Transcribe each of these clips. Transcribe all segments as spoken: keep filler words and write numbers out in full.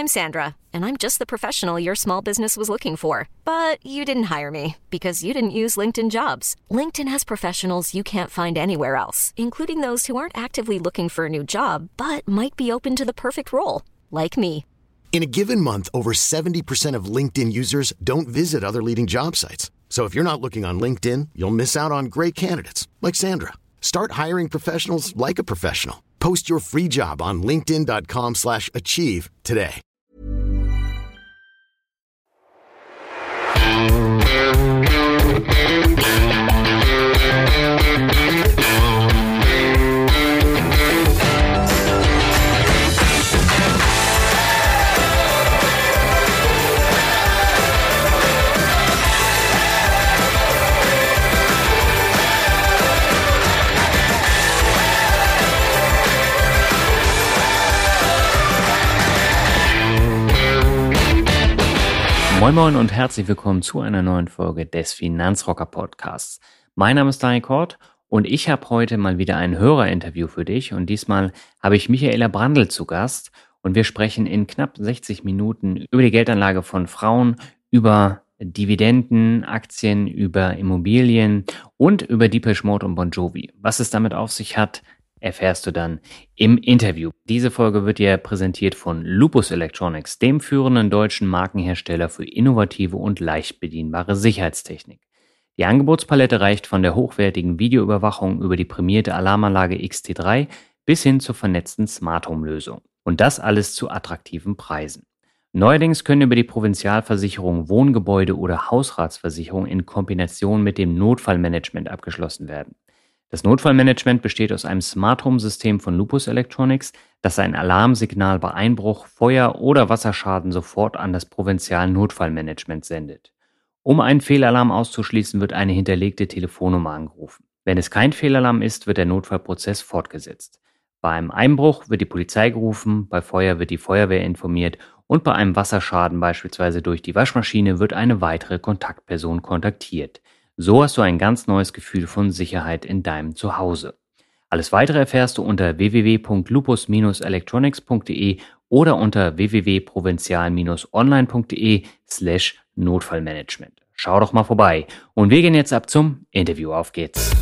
I'm Sandra, and I'm just the professional your small business was looking for. But you didn't hire me because you didn't use LinkedIn Jobs. LinkedIn has professionals you can't find anywhere else, including those who aren't actively looking for a new job, but might be open to the perfect role, like me. In a given month, over seventy percent of LinkedIn users don't visit other leading job sites. So if you're not looking on LinkedIn, you'll miss out on great candidates like Sandra. Start hiring professionals like a professional. Post your free job on linkedin dot com slash achieve today. Moin Moin und herzlich willkommen zu einer neuen Folge des Finanzrocker Podcasts. Mein Name ist Daniel Kort und ich habe heute mal wieder ein Hörerinterview für dich und diesmal habe ich Michaela Brandl zu Gast und wir sprechen in knapp sechzig Minuten über die Geldanlage von Frauen, über Dividenden, Aktien, über Immobilien und über Depeche Mode und Bon Jovi. Was es damit auf sich hat, erfährst du dann im Interview. Diese Folge wird dir präsentiert von Lupus Electronics, dem führenden deutschen Markenhersteller für innovative und leicht bedienbare Sicherheitstechnik. Die Angebotspalette reicht von der hochwertigen Videoüberwachung über die prämierte Alarmanlage X T drei bis hin zur vernetzten Smart Home Lösung. Und das alles zu attraktiven Preisen. Neuerdings können über die Provinzialversicherung Wohngebäude oder Hausratsversicherung in Kombination mit dem Notfallmanagement abgeschlossen werden. Das Notfallmanagement besteht aus einem Smart Home System von Lupus Electronics, das ein Alarmsignal bei Einbruch, Feuer oder Wasserschaden sofort an das Provinzial-Notfallmanagement sendet. Um einen Fehlalarm auszuschließen, wird eine hinterlegte Telefonnummer angerufen. Wenn es kein Fehlalarm ist, wird der Notfallprozess fortgesetzt. Bei einem Einbruch wird die Polizei gerufen, bei Feuer wird die Feuerwehr informiert und bei einem Wasserschaden beispielsweise durch die Waschmaschine wird eine weitere Kontaktperson kontaktiert. So hast du ein ganz neues Gefühl von Sicherheit in deinem Zuhause. Alles weitere erfährst du unter w w w punkt lupus Bindestrich electronics punkt d e oder unter w w w punkt provinzial Bindestrich online punkt d e slash Notfallmanagement. Schau doch mal vorbei. Und wir gehen jetzt ab zum Interview. Auf geht's.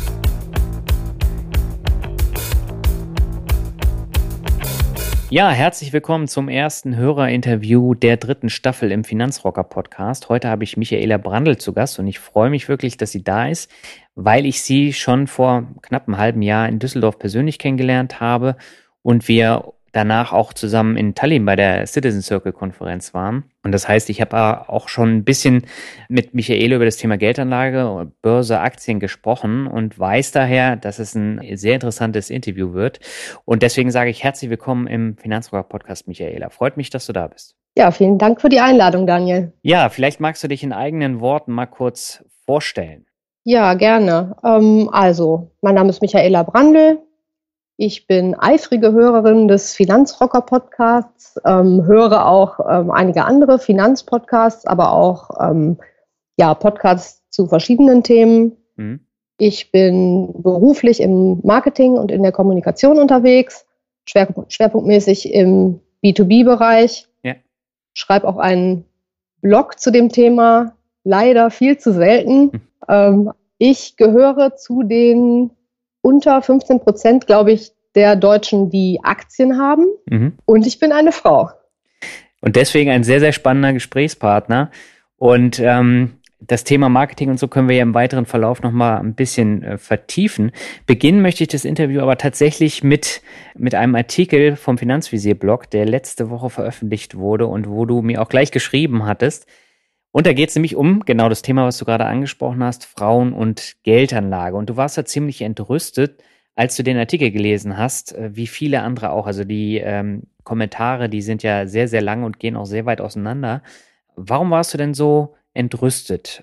Ja, herzlich willkommen zum ersten Hörerinterview der dritten Staffel im Finanzrocker Podcast. Heute habe ich Michaela Brandl zu Gast und ich freue mich wirklich, dass sie da ist, weil ich sie schon vor knapp einem halben Jahr in Düsseldorf persönlich kennengelernt habe und wir danach auch zusammen in Tallinn bei der Citizen Circle Konferenz waren. Und das heißt, ich habe auch schon ein bisschen mit Michaela über das Thema Geldanlage, Börse, Aktien gesprochen und weiß daher, dass es ein sehr interessantes Interview wird. Und deswegen sage ich herzlich willkommen im Finanzrocker Podcast, Michaela. Freut mich, dass du da bist. Ja, vielen Dank für die Einladung, Daniel. Ja, vielleicht magst du dich in eigenen Worten mal kurz vorstellen. Ja, gerne. Ähm, also, mein Name ist Michaela Brandl. Ich bin eifrige Hörerin des Finanzrocker-Podcasts, ähm, höre auch ähm, einige andere Finanzpodcasts, aber auch ähm, ja, Podcasts zu verschiedenen Themen. Mhm. Ich bin beruflich im Marketing und in der Kommunikation unterwegs, schwer, schwerpunktmäßig im B zwei B-Bereich. Ja. Schreibe auch einen Blog zu dem Thema, leider viel zu selten. Mhm. Ähm, ich gehöre zu den unter fünfzehn Prozent, glaube ich, der Deutschen, die Aktien haben. Mhm. Und ich bin eine Frau. Und deswegen ein sehr, sehr spannender Gesprächspartner. Und ähm, das Thema Marketing und so können wir ja im weiteren Verlauf nochmal ein bisschen äh, vertiefen. Beginnen möchte ich das Interview aber tatsächlich mit, mit einem Artikel vom Finanzvisier-Blog, der letzte Woche veröffentlicht wurde und wo du mir auch gleich geschrieben hattest. Und da geht es nämlich um genau das Thema, was du gerade angesprochen hast, Frauen und Geldanlage. Und du warst da ziemlich entrüstet, als du den Artikel gelesen hast, wie viele andere auch. Also die ähm, Kommentare, die sind ja sehr, sehr lang und gehen auch sehr weit auseinander. Warum warst du denn so entrüstet?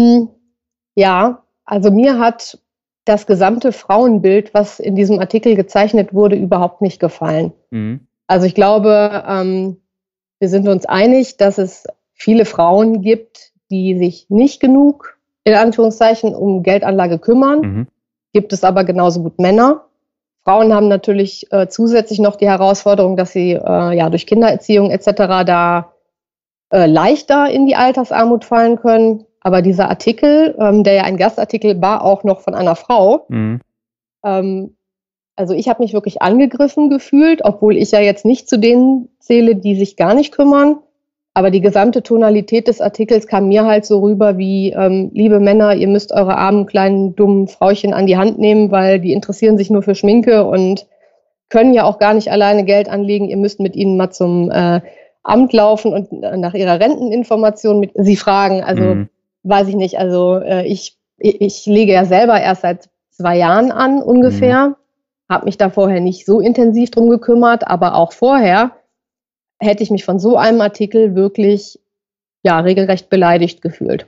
Ja, also mir hat das gesamte Frauenbild, was in diesem Artikel gezeichnet wurde, überhaupt nicht gefallen. Mhm. Also ich glaube, ähm, wir sind uns einig, dass es viele Frauen gibt, die sich nicht genug, in Anführungszeichen, um Geldanlage kümmern. Mhm. Gibt es aber genauso gut Männer. Frauen haben natürlich äh, zusätzlich noch die Herausforderung, dass sie äh, ja durch Kindererziehung et cetera da äh, leichter in die Altersarmut fallen können. Aber dieser Artikel, ähm, der ja ein Gastartikel war, auch noch von einer Frau, mhm. ähm, also ich habe mich wirklich angegriffen gefühlt, obwohl ich ja jetzt nicht zu denen zähle, die sich gar nicht kümmern. Aber die gesamte Tonalität des Artikels kam mir halt so rüber wie, ähm, liebe Männer, ihr müsst eure armen, kleinen, dummen Frauchen an die Hand nehmen, weil die interessieren sich nur für Schminke und können ja auch gar nicht alleine Geld anlegen. Ihr müsst mit ihnen mal zum äh, Amt laufen und nach ihrer Renteninformation mit sie fragen. Also mhm. weiß ich nicht, also äh, ich, ich lege ja selber erst seit zwei Jahren an ungefähr. Mhm. Habe mich da vorher nicht so intensiv drum gekümmert, aber auch vorher hätte ich mich von so einem Artikel wirklich ja regelrecht beleidigt gefühlt.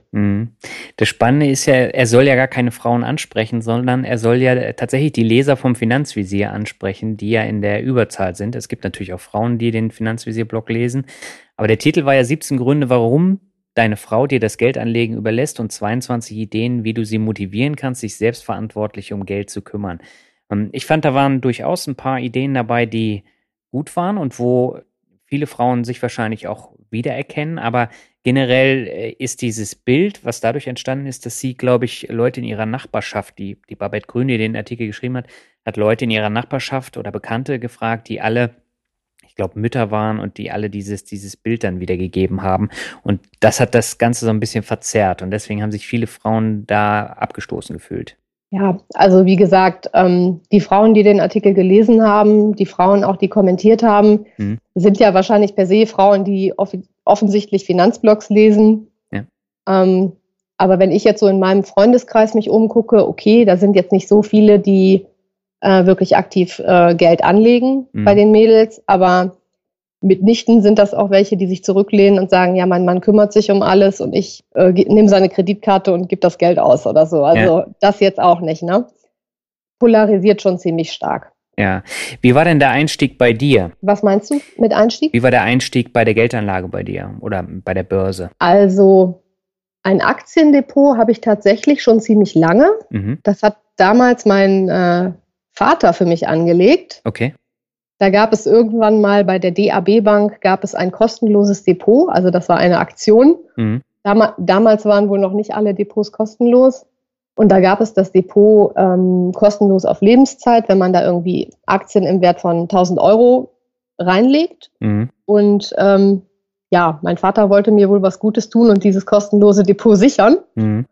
Das Spannende ist ja, er soll ja gar keine Frauen ansprechen, sondern er soll ja tatsächlich die Leser vom Finanzvisier ansprechen, die ja in der Überzahl sind. Es gibt natürlich auch Frauen, die den Finanzvisier-Blog lesen, aber der Titel war ja siebzehn Gründe, warum deine Frau dir das Geldanlegen überlässt und zweiundzwanzig Ideen, wie du sie motivieren kannst, sich selbstverantwortlich um Geld zu kümmern. Ich fand, da waren durchaus ein paar Ideen dabei, die gut waren und wo viele Frauen sich wahrscheinlich auch wiedererkennen, aber generell ist dieses Bild, was dadurch entstanden ist, dass sie, glaube ich, Leute in ihrer Nachbarschaft, die, die Babette Grün, die den Artikel geschrieben hat, hat Leute in ihrer Nachbarschaft oder Bekannte gefragt, die alle, ich glaube, Mütter waren und die alle dieses, dieses Bild dann wiedergegeben haben. Und das hat das Ganze so ein bisschen verzerrt und deswegen haben sich viele Frauen da abgestoßen gefühlt. Ja, also wie gesagt, ähm, die Frauen, die den Artikel gelesen haben, die Frauen auch, die kommentiert haben, hm. sind ja wahrscheinlich per se Frauen, die off- offensichtlich Finanzblogs lesen. Ja. Ähm, aber wenn ich jetzt so in meinem Freundeskreis mich umgucke, okay, da sind jetzt nicht so viele, die äh, wirklich aktiv äh, Geld anlegen hm. bei den Mädels, aber mitnichten sind das auch welche, die sich zurücklehnen und sagen, ja, mein Mann kümmert sich um alles und ich äh, nehme seine Kreditkarte und gebe das Geld aus oder so. Also ja. Das jetzt auch nicht, ne? Polarisiert schon ziemlich stark. Ja. Wie war denn der Einstieg bei dir? Was meinst du mit Einstieg? Wie war der Einstieg bei der Geldanlage bei dir oder bei der Börse? Also ein Aktiendepot habe ich tatsächlich schon ziemlich lange. Mhm. Das hat damals mein äh, Vater für mich angelegt. Okay. Da gab es irgendwann mal bei der D A B Bank gab es ein kostenloses Depot, also das war eine Aktion. Mhm. Dam- damals waren wohl noch nicht alle Depots kostenlos und da gab es das Depot ähm, kostenlos auf Lebenszeit, wenn man da irgendwie Aktien im Wert von tausend Euro reinlegt. Mhm. Und ähm, ja, mein Vater wollte mir wohl was Gutes tun und dieses kostenlose Depot sichern. Mhm.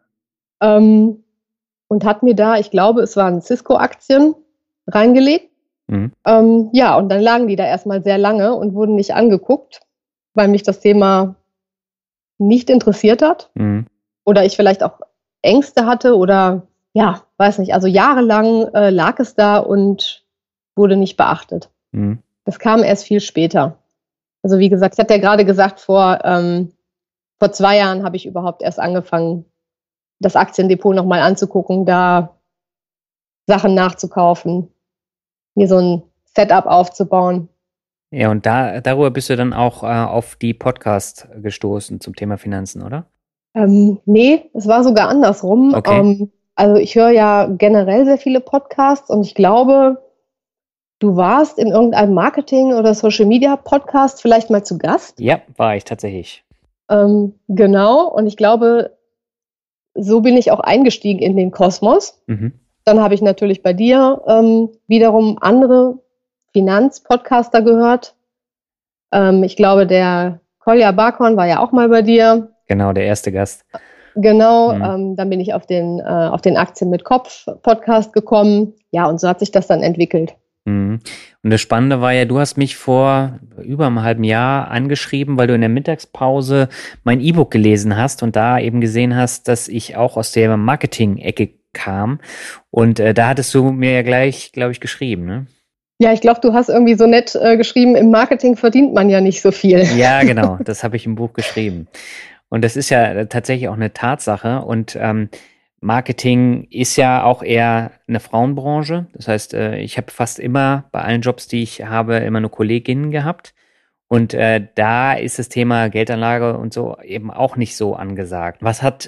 Ähm, und hat mir da, ich glaube, es waren Cisco-Aktien reingelegt. Mhm. Ähm, ja, und dann lagen die da erstmal sehr lange und wurden nicht angeguckt, weil mich das Thema nicht interessiert hat. Mhm. Oder ich vielleicht auch Ängste hatte oder ja, weiß nicht. Also jahrelang äh, lag es da und wurde nicht beachtet. Mhm. Das kam erst viel später. Also wie gesagt, ich hatte ja gerade gesagt, vor, ähm, vor zwei Jahren habe ich überhaupt erst angefangen, das Aktiendepot nochmal anzugucken, da Sachen nachzukaufen, mir so ein Setup aufzubauen. Ja, und da darüber bist du dann auch äh, auf die Podcast gestoßen zum Thema Finanzen, oder? Ähm, nee, es war sogar andersrum. Okay. Ähm, also ich höre ja generell sehr viele Podcasts und ich glaube, du warst in irgendeinem Marketing- oder Social-Media-Podcast vielleicht mal zu Gast. Ja, war ich tatsächlich. Ähm, genau, und ich glaube, so bin ich auch eingestiegen in den Kosmos. Mhm. Dann habe ich natürlich bei dir ähm, wiederum andere Finanzpodcaster gehört. Ähm, ich glaube, der Kolja Barkhorn war ja auch mal bei dir. Genau, der erste Gast. Genau, mhm. ähm, dann bin ich auf den, äh, auf den Aktien mit Kopf Podcast gekommen. Ja, und so hat sich das dann entwickelt. Mhm. Und das Spannende war ja, du hast mich vor über einem halben Jahr angeschrieben, weil du in der Mittagspause mein E-Book gelesen hast und da eben gesehen hast, dass ich auch aus der Marketing-Ecke kam. Und äh, da hattest du mir ja gleich, glaube ich, geschrieben, ne? Ja, ich glaube, du hast irgendwie so nett äh, geschrieben, im Marketing verdient man ja nicht so viel. Ja, genau, das habe ich im Buch geschrieben. Und das ist ja tatsächlich auch eine Tatsache. Und ähm, Marketing ist ja auch eher eine Frauenbranche. Das heißt, äh, ich habe fast immer bei allen Jobs, die ich habe, immer nur Kolleginnen gehabt. Und äh, da ist das Thema Geldanlage und so eben auch nicht so angesagt. Was hat äh,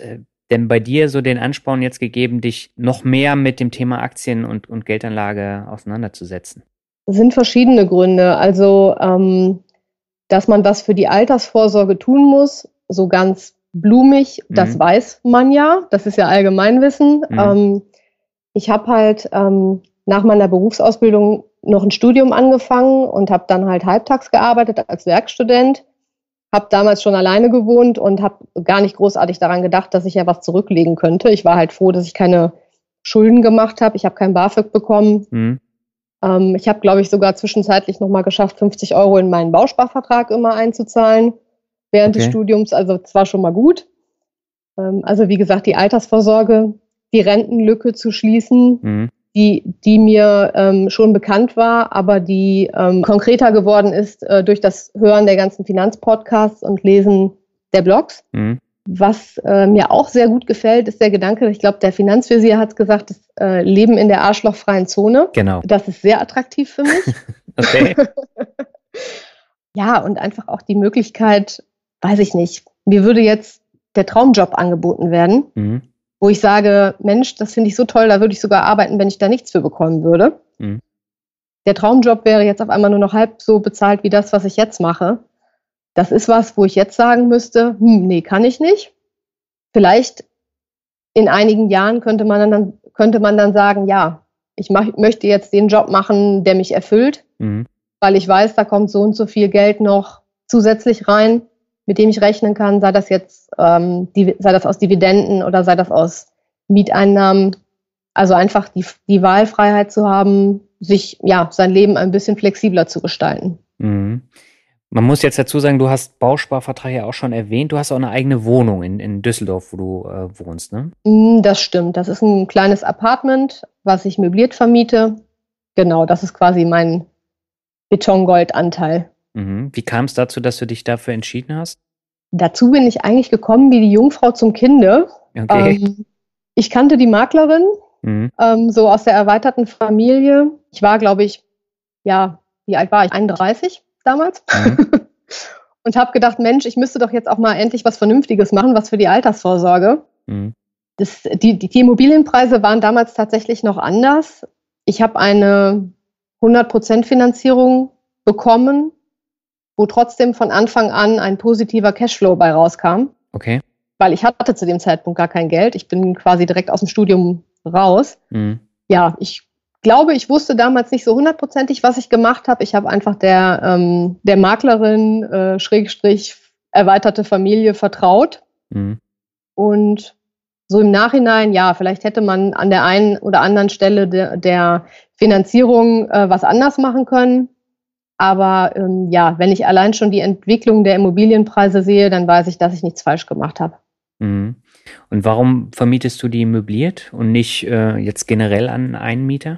denn bei dir so den Ansporn jetzt gegeben, dich noch mehr mit dem Thema Aktien und, und Geldanlage auseinanderzusetzen? Es sind verschiedene Gründe. Also, ähm, dass man was für die Altersvorsorge tun muss, so ganz blumig, mhm. das weiß man ja. Das ist ja Allgemeinwissen. Mhm. Ähm, ich habe halt ähm, nach meiner Berufsausbildung noch ein Studium angefangen und habe dann halt halbtags gearbeitet als Werkstudent. Habe damals schon alleine gewohnt und habe gar nicht großartig daran gedacht, dass ich ja was zurücklegen könnte. Ich war halt froh, dass ich keine Schulden gemacht habe. Ich habe kein BAföG bekommen. Mhm. Ähm, ich habe, glaube ich, sogar zwischenzeitlich nochmal geschafft, fünfzig Euro in meinen Bausparvertrag immer einzuzahlen während okay. des Studiums. Also das war schon mal gut. Ähm, also wie gesagt, die Altersvorsorge, die Rentenlücke zu schließen, mhm. die, die mir ähm, schon bekannt war, aber die ähm, konkreter geworden ist äh, durch das Hören der ganzen Finanzpodcasts und Lesen der Blogs. Mhm. Was äh, mir auch sehr gut gefällt, ist der Gedanke, ich glaube, der Finanzvisier hat es gesagt, das äh, Leben in der arschlochfreien Zone. Genau. Das ist sehr attraktiv für mich. Okay. Ja, und einfach auch die Möglichkeit, weiß ich nicht, mir würde jetzt der Traumjob angeboten werden, mhm. wo ich sage, Mensch, das finde ich so toll, da würde ich sogar arbeiten, wenn ich da nichts für bekommen würde. Mhm. Der Traumjob wäre jetzt auf einmal nur noch halb so bezahlt wie das, was ich jetzt mache. Das ist was, wo ich jetzt sagen müsste, hm, nee, kann ich nicht. Vielleicht in einigen Jahren könnte man dann, könnte man dann sagen, ja, ich mach, möchte jetzt den Job machen, der mich erfüllt, mhm. weil ich weiß, da kommt so und so viel Geld noch zusätzlich rein, mit dem ich rechnen kann, sei das jetzt, ähm, die, sei das aus Dividenden oder sei das aus Mieteinnahmen. Also einfach die, die Wahlfreiheit zu haben, sich ja sein Leben ein bisschen flexibler zu gestalten. Mhm. Man muss jetzt dazu sagen, du hast Bausparvertrag ja auch schon erwähnt. Du hast auch eine eigene Wohnung in, in Düsseldorf, wo du äh, wohnst, ne? Das stimmt. Das ist ein kleines Apartment, was ich möbliert vermiete. Genau, das ist quasi mein Betongoldanteil. Mhm. Wie kam es dazu, dass du dich dafür entschieden hast? Dazu bin ich eigentlich gekommen wie die Jungfrau zum Kinde. Okay. Ähm, ich kannte die Maklerin, mhm. ähm, so aus der erweiterten Familie. Ich war, glaube ich, ja, wie alt war ich? einunddreißig damals. Mhm. Und habe gedacht, Mensch, ich müsste doch jetzt auch mal endlich was Vernünftiges machen, was für die Altersvorsorge. Mhm. Das, die, die, die Immobilienpreise waren damals tatsächlich noch anders. Ich habe eine hundert Prozent Finanzierung bekommen, wo trotzdem von Anfang an ein positiver Cashflow bei rauskam. Okay. Weil ich hatte zu dem Zeitpunkt gar kein Geld. Ich bin quasi direkt aus dem Studium raus. Mhm. Ja, ich glaube, ich wusste damals nicht so hundertprozentig, was ich gemacht habe. Ich habe einfach der, ähm, der Maklerin, äh, Schrägstrich, erweiterte Familie vertraut. Mhm. Und so im Nachhinein, ja, vielleicht hätte man an der einen oder anderen Stelle de, der Finanzierung äh, was anders machen können. Aber ähm, ja, wenn ich allein schon die Entwicklung der Immobilienpreise sehe, dann weiß ich, dass ich nichts falsch gemacht habe. Mhm. Und warum vermietest du die möbliert und nicht äh, jetzt generell an einen Mieter?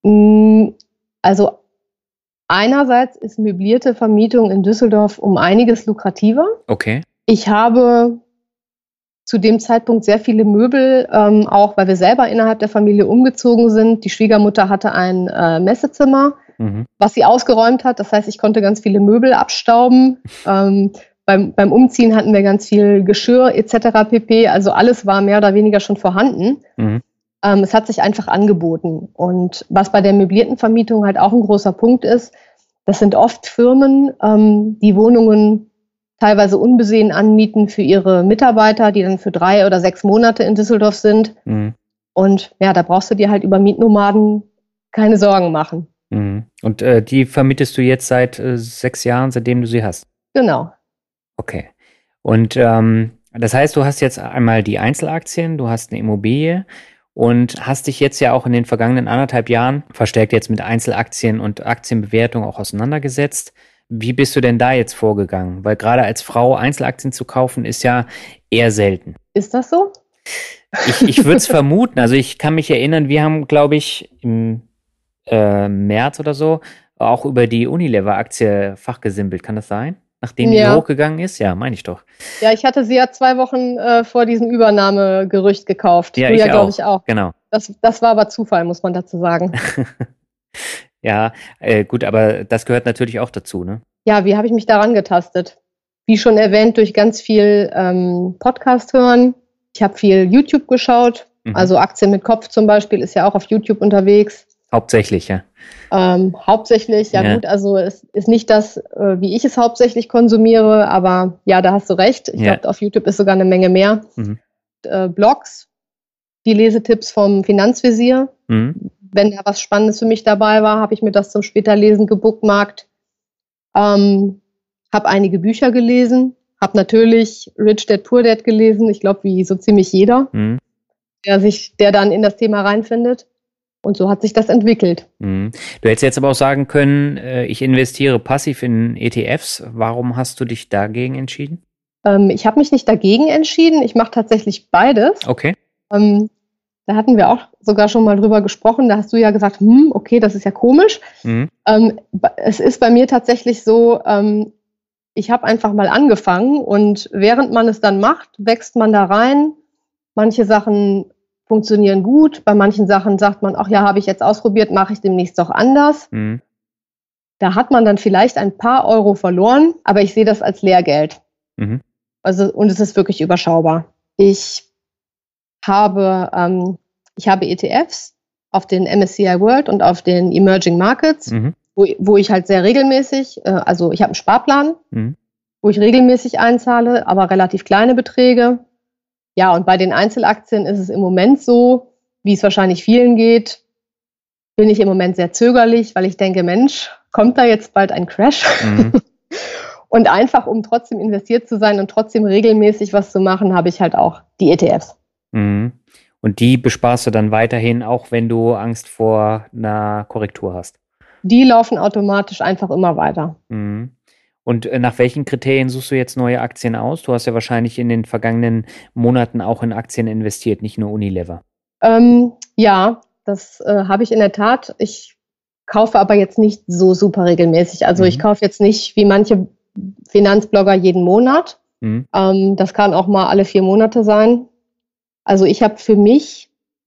Also einerseits ist möblierte Vermietung in Düsseldorf um einiges lukrativer. Okay. Ich habe zu dem Zeitpunkt sehr viele Möbel, ähm, auch weil wir selber innerhalb der Familie umgezogen sind. Die Schwiegermutter hatte ein äh, Messezimmer, mhm. was sie ausgeräumt hat. Das heißt, ich konnte ganz viele Möbel abstauben. ähm, beim, beim Umziehen hatten wir ganz viel Geschirr et cetera pp. Also alles war mehr oder weniger schon vorhanden. Mhm. Ähm, es hat sich einfach angeboten. Und was bei der möblierten Vermietung halt auch ein großer Punkt ist, das sind oft Firmen, ähm, die Wohnungen teilweise unbesehen anmieten für ihre Mitarbeiter, die dann für drei oder sechs Monate in Düsseldorf sind. Mhm. Und ja, da brauchst du dir halt über Mietnomaden keine Sorgen machen. Mhm. Und äh, die vermietest du jetzt seit äh, sechs Jahren, seitdem du sie hast? Genau. Okay. Und ähm, das heißt, du hast jetzt einmal die Einzelaktien, du hast eine Immobilie und hast dich jetzt ja auch in den vergangenen anderthalb Jahren verstärkt jetzt mit Einzelaktien und Aktienbewertung auch auseinandergesetzt. Wie bist du denn da jetzt vorgegangen? Weil gerade als Frau Einzelaktien zu kaufen, ist ja eher selten. Ist das so? Ich, ich würde es vermuten. Also ich kann mich erinnern, wir haben, glaube ich, im äh, März oder so auch über die Unilever-Aktie fachgesimpelt. Kann das sein? Nachdem ja. die hochgegangen ist? Ja, meine ich doch. Ja, ich hatte sie ja zwei Wochen äh, vor diesem Übernahmegerücht gekauft. Ja, du ich ja, auch. glaube ich, auch. Genau. Das, das war aber Zufall, muss man dazu sagen. Ja, äh, gut, aber das gehört natürlich auch dazu, ne? Ja, wie habe ich mich daran getastet? Wie schon erwähnt, durch ganz viel ähm, Podcast hören, Ich habe viel YouTube geschaut, mhm. also Aktien mit Kopf zum Beispiel ist ja auch auf YouTube unterwegs. Hauptsächlich, ja. Ähm, hauptsächlich, ja, ja gut, also es ist nicht das, äh, wie ich es hauptsächlich konsumiere, aber ja, da hast du recht. Ich ja. glaube, auf YouTube ist sogar eine Menge mehr. Mhm. Äh, Blogs, die Lesetipps vom Finanzvisier. Mhm. Wenn da was Spannendes für mich dabei war, habe ich mir das zum Späterlesen gebookmarkt. Ähm, habe einige Bücher gelesen, habe natürlich Rich Dad Poor Dad gelesen, ich glaube, wie so ziemlich jeder, mhm. der sich, der dann in das Thema reinfindet. Und so hat sich das entwickelt. Mhm. Du hättest jetzt aber auch sagen können, äh, ich investiere passiv in E T Fs. Warum hast du dich dagegen entschieden? Ähm, ich habe mich nicht dagegen entschieden. Ich mache tatsächlich beides. Okay. Ähm, da hatten wir auch sogar schon mal drüber gesprochen. Da hast du ja gesagt, hm, okay, das ist ja komisch. Mhm. Ähm, es ist bei mir tatsächlich so, ähm, ich habe einfach mal angefangen und während man es dann macht, wächst man da rein. Manche Sachen funktionieren gut. Bei manchen Sachen sagt man, ach ja, habe ich jetzt ausprobiert, mache ich demnächst doch anders. Mhm. Da hat man dann vielleicht ein paar Euro verloren, aber ich sehe das als Lehrgeld. Mhm. Also, und es ist wirklich überschaubar. Ich habe, ähm, ich habe E T Fs auf den M S C I World und auf den Emerging Markets, mhm. wo, wo ich halt sehr regelmäßig, äh, also ich habe einen Sparplan, mhm. wo ich regelmäßig einzahle, aber relativ kleine Beträge. Ja, und bei den Einzelaktien ist es im Moment so, wie es wahrscheinlich vielen geht, bin ich im Moment sehr zögerlich, weil ich denke, Mensch, kommt da jetzt bald ein Crash? Mhm. Und einfach, um trotzdem investiert zu sein und trotzdem regelmäßig was zu machen, habe ich halt auch die E T Fs. Mhm. Und die besparst du dann weiterhin, auch wenn du Angst vor einer Korrektur hast? Die laufen automatisch einfach immer weiter. Mhm. Und nach welchen Kriterien suchst du jetzt neue Aktien aus? Du hast ja wahrscheinlich in den vergangenen Monaten auch in Aktien investiert, nicht nur Unilever. Ähm, ja, das äh, habe ich in der Tat. Ich kaufe aber jetzt nicht so super regelmäßig. Also mhm. ich kaufe jetzt nicht wie manche Finanzblogger jeden Monat. Mhm. Ähm, das kann auch mal alle vier Monate sein. Also ich habe für mich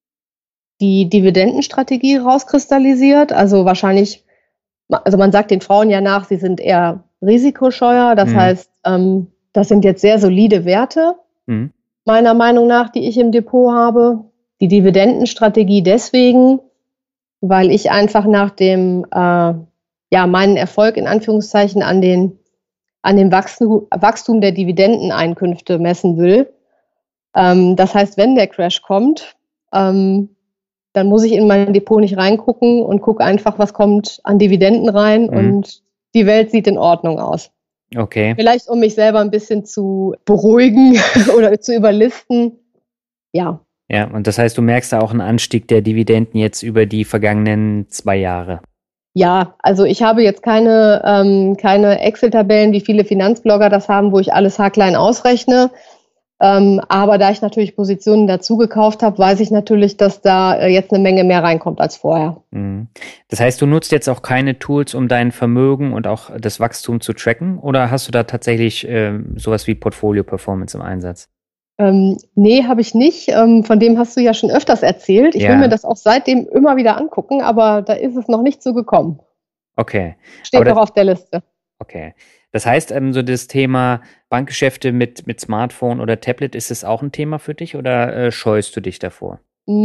die Dividendenstrategie rauskristallisiert. Also wahrscheinlich, also man sagt den Frauen ja nach, sie sind eher risikoscheuer. Das mhm. heißt, ähm, das sind jetzt sehr solide Werte, mhm. meiner Meinung nach, die ich im Depot habe. Die Dividendenstrategie deswegen, weil ich einfach nach dem, äh, ja, meinen Erfolg in Anführungszeichen an den, an dem Wachstum, Wachstum der Dividendeneinkünfte messen will. Ähm, das heißt, wenn der Crash kommt, ähm, dann muss ich in mein Depot nicht reingucken und gucke einfach, was kommt an Dividenden rein mhm. und die Welt sieht in Ordnung aus. Okay. Vielleicht, um mich selber ein bisschen zu beruhigen oder zu überlisten. Ja. Ja, und das heißt, du merkst da auch einen Anstieg der Dividenden jetzt über die vergangenen zwei Jahre. Ja, also ich habe jetzt keine, ähm, keine Excel-Tabellen, wie viele Finanzblogger das haben, wo ich alles haarklein ausrechne. Ähm, aber da ich natürlich Positionen dazu gekauft habe, weiß ich natürlich, dass da äh, jetzt eine Menge mehr reinkommt als vorher. Das heißt, du nutzt jetzt auch keine Tools, um dein Vermögen und auch das Wachstum zu tracken? Oder hast du da tatsächlich äh, sowas wie Portfolio-Performance im Einsatz? Ähm, nee, habe ich nicht. Ähm, von dem hast du ja schon öfters erzählt. Ich ja. will mir das auch seitdem immer wieder angucken, aber da ist es noch nicht so gekommen. Okay. Steht aber noch das, auf der Liste. Okay. Das heißt, ähm, so das Thema Bankgeschäfte mit, mit Smartphone oder Tablet, ist es auch ein Thema für dich oder äh, scheust du dich davor?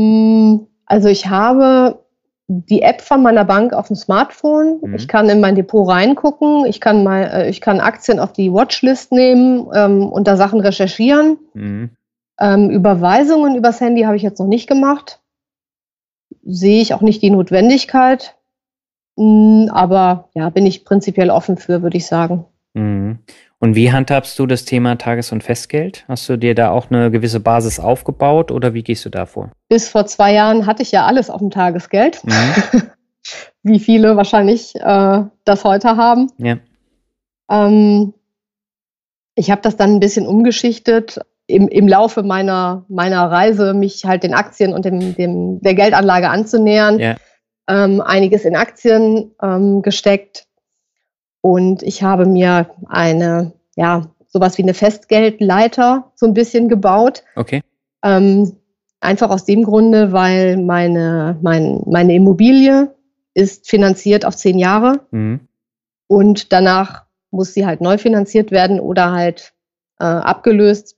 Also ich habe die App von meiner Bank auf dem Smartphone. Mhm. Ich kann in mein Depot reingucken. Ich kann mal, äh, ich kann Aktien auf die Watchlist nehmen ähm, und da Sachen recherchieren. Mhm. Ähm, Überweisungen übers Handy habe ich jetzt noch nicht gemacht. Sehe ich auch nicht die Notwendigkeit. Mhm, aber ja, bin ich prinzipiell offen für, würde ich sagen. Mhm. Und wie handhabst du das Thema Tages- und Festgeld? Hast du dir da auch eine gewisse Basis aufgebaut oder wie gehst du da vor? Bis vor zwei Jahren hatte ich ja alles auf dem Tagesgeld, mhm. wie viele wahrscheinlich äh, das heute haben. Ja. Ähm, ich habe das dann ein bisschen umgeschichtet im, im Laufe meiner, meiner Reise, mich halt den Aktien und dem, dem, der Geldanlage anzunähern. Ja. Ähm, einiges in Aktien ähm, gesteckt. Und ich habe mir eine, ja, sowas wie eine Festgeldleiter so ein bisschen gebaut. Okay. Ähm, einfach aus dem Grunde, weil meine, mein, meine Immobilie ist finanziert auf zehn Jahre. Mhm. Und danach muss sie halt neu finanziert werden oder halt äh, abgelöst.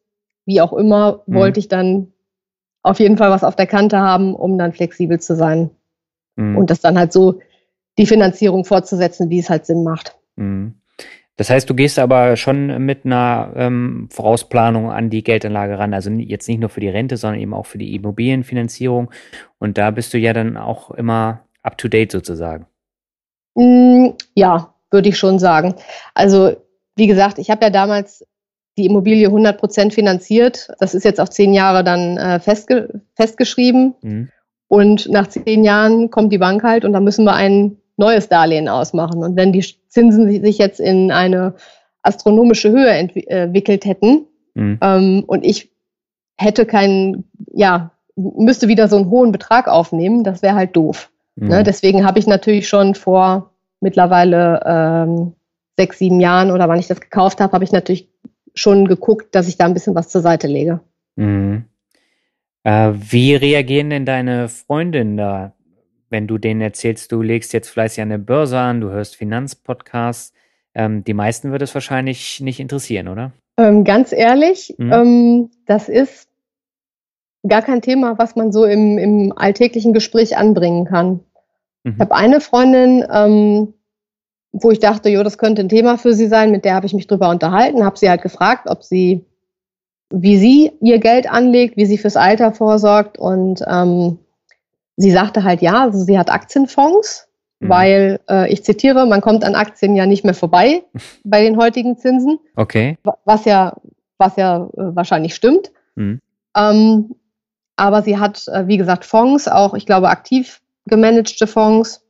wie auch immer, Mhm. wollte ich dann auf jeden Fall was auf der Kante haben, um dann flexibel zu sein Mhm. und das dann halt so die Finanzierung fortzusetzen, wie es halt Sinn macht. Mhm. Das heißt, du gehst aber schon mit einer ähm, Vorausplanung an die Geldanlage ran, also ni- jetzt nicht nur für die Rente, sondern eben auch für die Immobilienfinanzierung. Und da bist du ja dann auch immer up to date sozusagen. Mm, Ja, würde ich schon sagen. Also, wie gesagt, ich habe ja damals die Immobilie hundert Prozent finanziert. Das ist jetzt auf zehn Jahre dann äh, festge festgeschrieben. Mhm. Und nach zehn Jahren kommt die Bank halt und dann müssen wir ein neues Darlehen ausmachen. Und wenn die Zinsen sich jetzt in eine astronomische Höhe entwi- äh, entwickelt hätten Mhm. ähm, und ich hätte keinen, ja, müsste wieder so einen hohen Betrag aufnehmen, das wäre halt doof. Mhm. Ne? Deswegen habe ich natürlich schon vor mittlerweile ähm, sechs, sieben Jahren oder wann ich das gekauft habe, habe ich natürlich schon geguckt, dass ich da ein bisschen was zur Seite lege. Mhm. Äh, wie reagieren denn deine Freundinnen da, wenn du denen erzählst, du legst jetzt fleißig an der Börse an, du hörst Finanzpodcasts? Ähm, die meisten wird es wahrscheinlich nicht interessieren, oder? Ähm, ganz ehrlich, Mhm. ähm, das ist gar kein Thema, was man so im, im alltäglichen Gespräch anbringen kann. Ich Mhm. habe eine Freundin, ähm, wo ich dachte, jo, das könnte ein Thema für sie sein, mit der habe ich mich drüber unterhalten, habe sie halt gefragt, ob sie, wie sie ihr Geld anlegt, wie sie fürs Alter vorsorgt und ähm, sie sagte halt ja, also sie hat Aktienfonds, Mhm. weil, äh, ich zitiere, man kommt an Aktien ja nicht mehr vorbei bei den heutigen Zinsen, Okay. wa- was ja, was ja äh, wahrscheinlich stimmt. Mhm. Ähm, aber sie hat, äh, wie gesagt, Fonds, auch, ich glaube, aktiv gemanagte Fonds.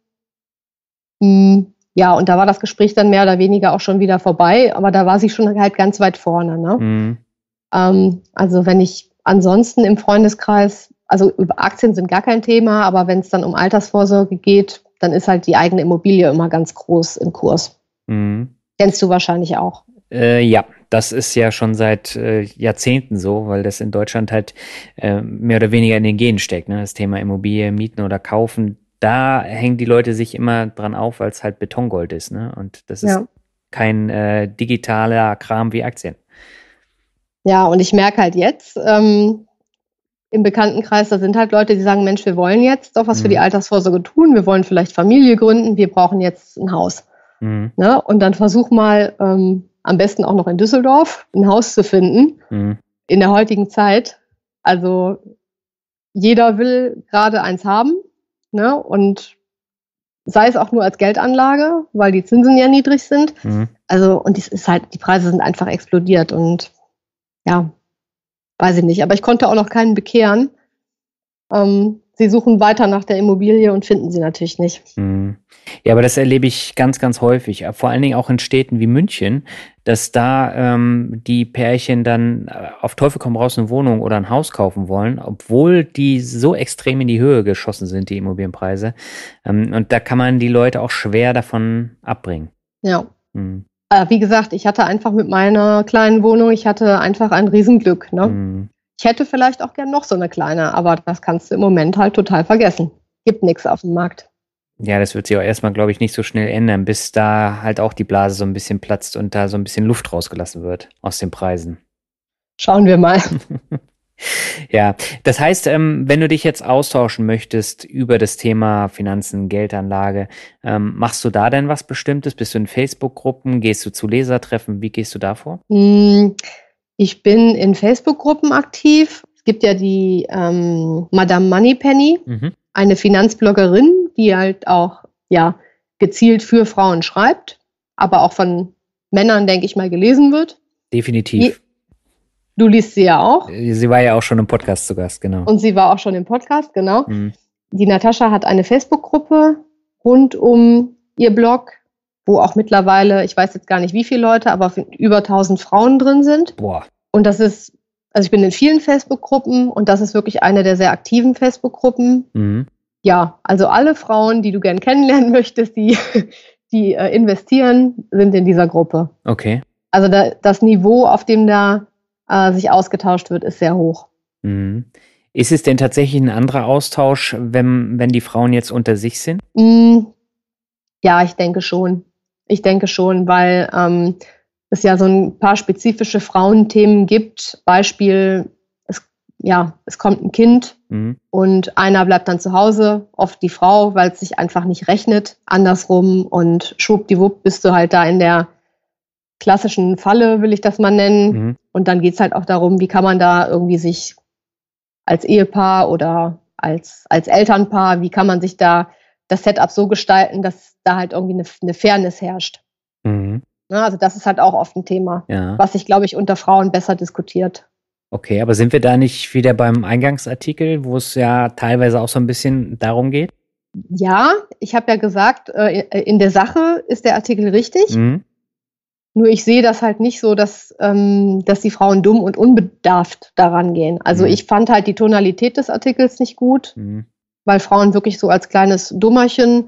Hm, ja, und da war das Gespräch dann mehr oder weniger auch schon wieder vorbei, aber da war sie schon halt ganz weit vorne. Ne? Mhm. Ähm, also wenn ich ansonsten im Freundeskreis, also über Aktien sind gar kein Thema, aber wenn es dann um Altersvorsorge geht, dann ist halt die eigene Immobilie immer ganz groß im Kurs. Mhm. Kennst du wahrscheinlich auch. Äh, ja, das ist ja schon seit äh, Jahrzehnten so, weil das in Deutschland halt äh, mehr oder weniger in den Genen steckt, ne? Das Thema Immobilie, mieten oder kaufen, da hängen die Leute sich immer dran auf, weil es halt Betongold ist, ne? Und das ist Ja. kein äh, digitaler Kram wie Aktien. Ja, und ich merke halt jetzt, ähm, im Bekanntenkreis, da sind halt Leute, die sagen, Mensch, wir wollen jetzt doch was für die Mhm. Altersvorsorge tun, wir wollen vielleicht Familie gründen, wir brauchen jetzt ein Haus. Mhm. Ne? Und dann versuch mal, ähm, am besten auch noch in Düsseldorf, ein Haus zu finden Mhm. in der heutigen Zeit. Also jeder will gerade eins haben, ne? Und sei es auch nur als Geldanlage, weil die Zinsen ja niedrig sind. Mhm. Also, und es ist halt, die Preise sind einfach explodiert und ja, weiß ich nicht. Aber ich konnte auch noch keinen bekehren. Ähm, sie suchen weiter nach der Immobilie und finden sie natürlich nicht. Mhm. Ja, aber das erlebe ich ganz, ganz häufig, vor allen Dingen auch in Städten wie München, dass da ähm, die Pärchen dann äh, auf Teufel komm raus eine Wohnung oder ein Haus kaufen wollen, obwohl die so extrem in die Höhe geschossen sind, die Immobilienpreise. Ähm, und da kann man die Leute auch schwer davon abbringen. Ja. Mhm. Äh, wie gesagt, ich hatte einfach mit meiner kleinen Wohnung, ich hatte einfach ein Riesenglück. Ne? Mhm. Ich hätte vielleicht auch gern noch so eine kleine, aber das kannst du im Moment halt total vergessen. Gibt nichts auf dem Markt. Ja, das wird sich auch erstmal, glaube ich, nicht so schnell ändern, bis da halt auch die Blase so ein bisschen platzt und da so ein bisschen Luft rausgelassen wird aus den Preisen. Schauen wir mal. Ja, das heißt, ähm, wenn du dich jetzt austauschen möchtest über das Thema Finanzen, Geldanlage, ähm, machst du da denn was Bestimmtes? Bist du in Facebook-Gruppen? Gehst du zu Lesertreffen? Wie gehst du da vor? Hm, Ich bin in Facebook-Gruppen aktiv. Es gibt ja die ähm, Madame Moneypenny, Mhm. eine Finanzbloggerin, die halt auch ja gezielt für Frauen schreibt, aber auch von Männern, denke ich mal, gelesen wird. Definitiv. Du liest sie ja auch. Sie war ja auch schon im Podcast zu Gast, genau. Und sie war auch schon im Podcast, genau. Mhm. Die Natascha hat eine Facebook-Gruppe rund um ihr Blog, wo auch mittlerweile, ich weiß jetzt gar nicht wie viele Leute, aber über tausend Frauen drin sind. Boah. Und das ist, also ich bin in vielen Facebook-Gruppen und das ist wirklich eine der sehr aktiven Facebook-Gruppen. Mhm. Ja, also alle Frauen, die du gern kennenlernen möchtest, die, die äh, investieren, sind in dieser Gruppe. Okay. Also da, das Niveau, auf dem da äh, sich ausgetauscht wird, ist sehr hoch. Mhm. Ist es denn tatsächlich ein anderer Austausch, wenn, wenn die Frauen jetzt unter sich sind? Mm, ja, ich denke schon. Ich denke schon, weil ähm, es ja so ein paar spezifische Frauenthemen gibt. Beispiel, es, ja, es kommt ein Kind mhm. und einer bleibt dann zu Hause, oft die Frau, weil es sich einfach nicht rechnet, andersrum und schwuppdiwupp bist du halt da in der klassischen Falle, will ich das mal nennen. Mhm. Und dann geht es halt auch darum, wie kann man da irgendwie sich als Ehepaar oder als, als Elternpaar, wie kann man sich da das Setup so gestalten, dass da halt irgendwie eine, eine Fairness herrscht. Mhm. Ja, also das ist halt auch oft ein Thema, ja. was sich, glaube ich, unter Frauen besser diskutiert. Okay, aber sind wir da nicht wieder beim Eingangsartikel, wo es ja teilweise auch so ein bisschen darum geht? Ja, ich habe ja gesagt, in der Sache ist der Artikel richtig. Mhm. Nur ich sehe das halt nicht so, dass, ähm, dass die Frauen dumm und unbedarft daran gehen. Also mhm. ich fand halt die Tonalität des Artikels nicht gut, mhm. weil Frauen wirklich so als kleines Dummerchen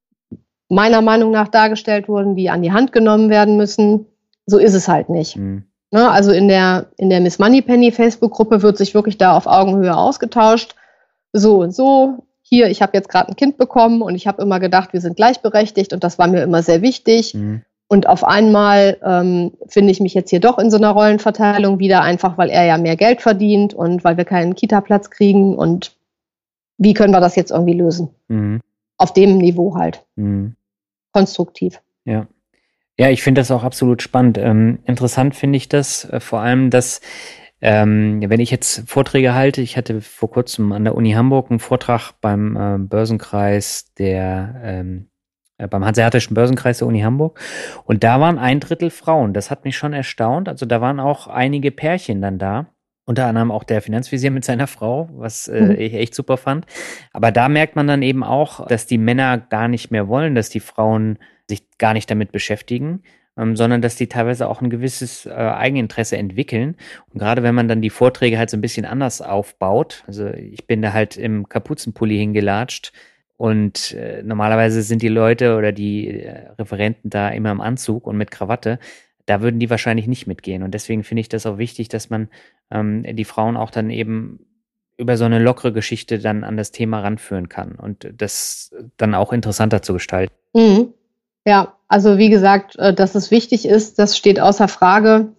meiner Meinung nach dargestellt wurden, die an die Hand genommen werden müssen. So ist es halt nicht. Mhm. Ne, also in der, in der Miss Moneypenny Facebook-Gruppe wird sich wirklich da auf Augenhöhe ausgetauscht. So und so. Hier, ich habe jetzt gerade ein Kind bekommen und ich habe immer gedacht, wir sind gleichberechtigt und das war mir immer sehr wichtig. Mhm. Und auf einmal ähm, finde ich mich jetzt hier doch in so einer Rollenverteilung wieder, einfach weil er ja mehr Geld verdient und weil wir keinen Kita-Platz kriegen. Und wie können wir das jetzt irgendwie lösen? Mhm. Auf dem Niveau halt. Mhm. Konstruktiv. Ja. Ja, ich finde das auch absolut spannend. Ähm, interessant finde ich das äh, vor allem, dass ähm, wenn ich jetzt Vorträge halte, ich hatte vor kurzem an der Uni Hamburg einen Vortrag beim äh, Börsenkreis der ähm, beim Hanseatischen Börsenkreis der Uni Hamburg. Und da waren ein Drittel Frauen. Das hat mich schon erstaunt. Also da waren auch einige Pärchen dann da. Unter anderem auch der Finanzvisier mit seiner Frau, was äh, mhm. ich echt super fand. Aber da merkt man dann eben auch, dass die Männer gar nicht mehr wollen, dass die Frauen sich gar nicht damit beschäftigen, ähm, sondern dass die teilweise auch ein gewisses äh, Eigeninteresse entwickeln. Und gerade wenn man dann die Vorträge halt so ein bisschen anders aufbaut, also ich bin da halt im Kapuzenpulli hingelatscht, und äh, normalerweise sind die Leute oder die äh, Referenten da immer im Anzug und mit Krawatte. Da würden die wahrscheinlich nicht mitgehen. Und deswegen finde ich das auch wichtig, dass man ähm, die Frauen auch dann eben über so eine lockere Geschichte dann an das Thema ranführen kann und das dann auch interessanter zu gestalten. Mhm. Ja, also wie gesagt, äh, dass es wichtig ist, das steht außer Frage.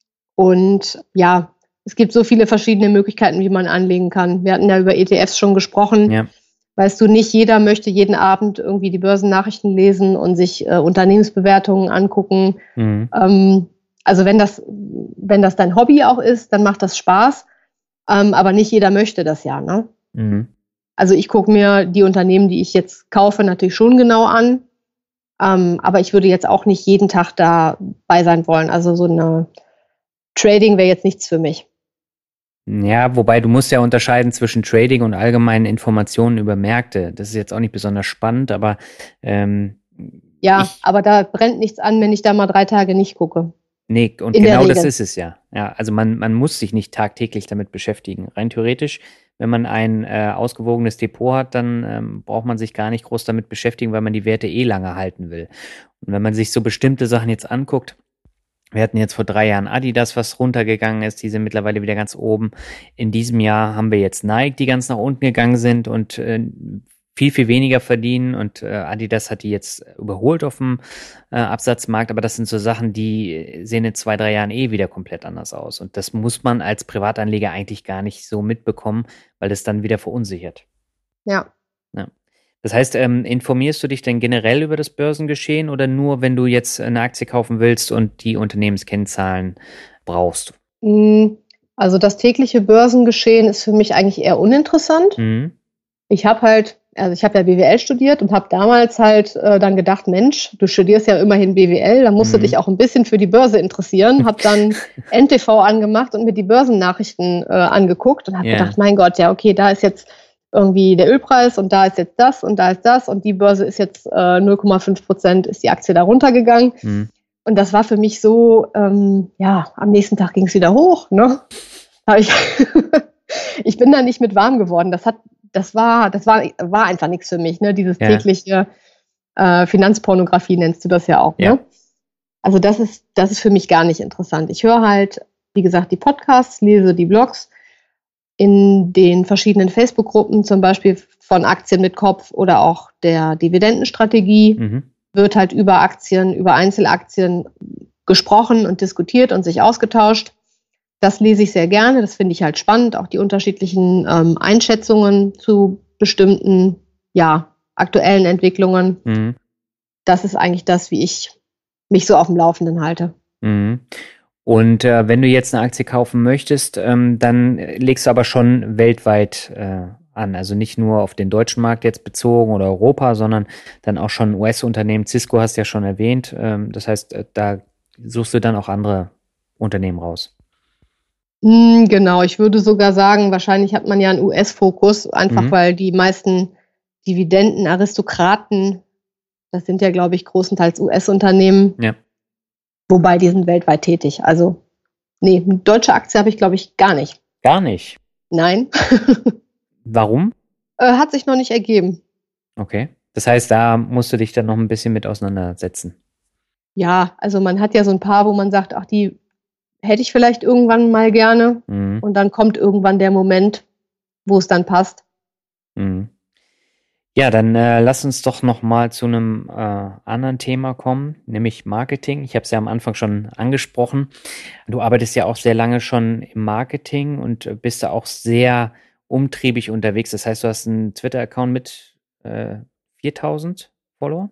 Und ja, es gibt so viele verschiedene Möglichkeiten, wie man anlegen kann. Wir hatten ja über E T Fs schon gesprochen. Ja. Weißt du, nicht jeder möchte jeden Abend irgendwie die Börsennachrichten lesen und sich äh, Unternehmensbewertungen angucken. Mhm. Ähm, also wenn das, wenn das dein Hobby auch ist, dann macht das Spaß. Ähm, aber nicht jeder möchte das ja, ne? Mhm. Also ich gucke mir die Unternehmen, die ich jetzt kaufe, natürlich schon genau an. Ähm, aber ich würde jetzt auch nicht jeden Tag dabei sein wollen. Also so eine Trading wäre jetzt nichts für mich. Ja, wobei du musst ja unterscheiden zwischen Trading und allgemeinen Informationen über Märkte. Das ist jetzt auch nicht besonders spannend, aber ähm, ja, ich, aber da brennt nichts an, wenn ich da mal drei Tage nicht gucke. Nee, und genau das ist es ja. Ja, also man, man muss sich nicht tagtäglich damit beschäftigen. Rein theoretisch, wenn man ein äh, ausgewogenes Depot hat, dann ähm, braucht man sich gar nicht groß damit beschäftigen, weil man die Werte eh lange halten will. Und wenn man sich so bestimmte Sachen jetzt anguckt, wir hatten jetzt vor drei Jahren Adidas, was runtergegangen ist. Die sind mittlerweile wieder ganz oben. In diesem Jahr haben wir jetzt Nike, die ganz nach unten gegangen sind und äh, viel, viel weniger verdienen. Und äh, Adidas hat die jetzt überholt auf dem äh, Absatzmarkt. Aber das sind so Sachen, die sehen in zwei, drei Jahren eh wieder komplett anders aus. Und das muss man als Privatanleger eigentlich gar nicht so mitbekommen, weil das dann wieder verunsichert. Ja. Ja. Das heißt, ähm, informierst du dich denn generell über das Börsengeschehen oder nur, wenn du jetzt eine Aktie kaufen willst und die Unternehmenskennzahlen brauchst? Also das tägliche Börsengeschehen ist für mich eigentlich eher uninteressant. Mhm. Ich habe halt, also ich habe ja B W L studiert und habe damals halt äh, dann gedacht, Mensch, du studierst ja immerhin B W L, dann musst mhm. du dich auch ein bisschen für die Börse interessieren. Habe dann N T V angemacht und mir die Börsennachrichten äh, angeguckt und habe yeah. gedacht, mein Gott, ja okay, da ist jetzt irgendwie der Ölpreis und da ist jetzt das und da ist das und die Börse ist jetzt äh, null Komma fünf Prozent ist die Aktie da runtergegangen. Mhm. Und das war für mich so, ähm, ja, am nächsten Tag ging es wieder hoch, ne? Aber ich, ich bin da nicht mit warm geworden. Das hat, das war, das war, war einfach nichts für mich, ne? Dieses ja. tägliche äh, Finanzpornografie nennst du das ja auch, ja. ne? Also das ist, das ist für mich gar nicht interessant. Ich höre halt, wie gesagt, die Podcasts, lese die Blogs. In den verschiedenen Facebook-Gruppen, zum Beispiel von Aktien mit Kopf oder auch der Dividendenstrategie, mhm. wird halt über Aktien, über Einzelaktien gesprochen und diskutiert und sich ausgetauscht. Das lese ich sehr gerne, das finde ich halt spannend, auch die unterschiedlichen ähm, Einschätzungen zu bestimmten, ja, aktuellen Entwicklungen. Mhm. Das ist eigentlich das, wie ich mich so auf dem Laufenden halte. Mhm. Und äh, wenn du jetzt eine Aktie kaufen möchtest, ähm, dann legst du aber schon weltweit äh, an. Also nicht nur auf den deutschen Markt jetzt bezogen oder Europa, sondern dann auch schon U S-Unternehmen. Cisco hast du ja schon erwähnt. Ähm, das heißt, äh, da suchst du dann auch andere Unternehmen raus. Mm, genau, ich würde sogar sagen, wahrscheinlich hat man ja einen U S-Fokus, einfach mhm. weil die meisten Dividenden-Aristokraten, das sind ja, glaube ich, großenteils U S-Unternehmen, ja. Wobei die sind weltweit tätig. Also, nee, eine deutsche Aktie habe ich, glaube ich, gar nicht. Gar nicht? Nein. Warum? Äh, hat sich noch nicht ergeben. Okay. Das heißt, da musst du dich dann noch ein bisschen mit auseinandersetzen. Ja, also man hat ja so ein paar, wo man sagt, ach, die hätte ich vielleicht irgendwann mal gerne. Mhm. Und dann kommt irgendwann der Moment, wo es dann passt. Mhm. Ja, dann äh, lass uns doch noch mal zu einem äh, anderen Thema kommen, nämlich Marketing. Ich habe es ja am Anfang schon angesprochen. Du arbeitest ja auch sehr lange schon im Marketing und bist da auch sehr umtriebig unterwegs. Das heißt, du hast einen Twitter-Account mit äh, viertausend Follower?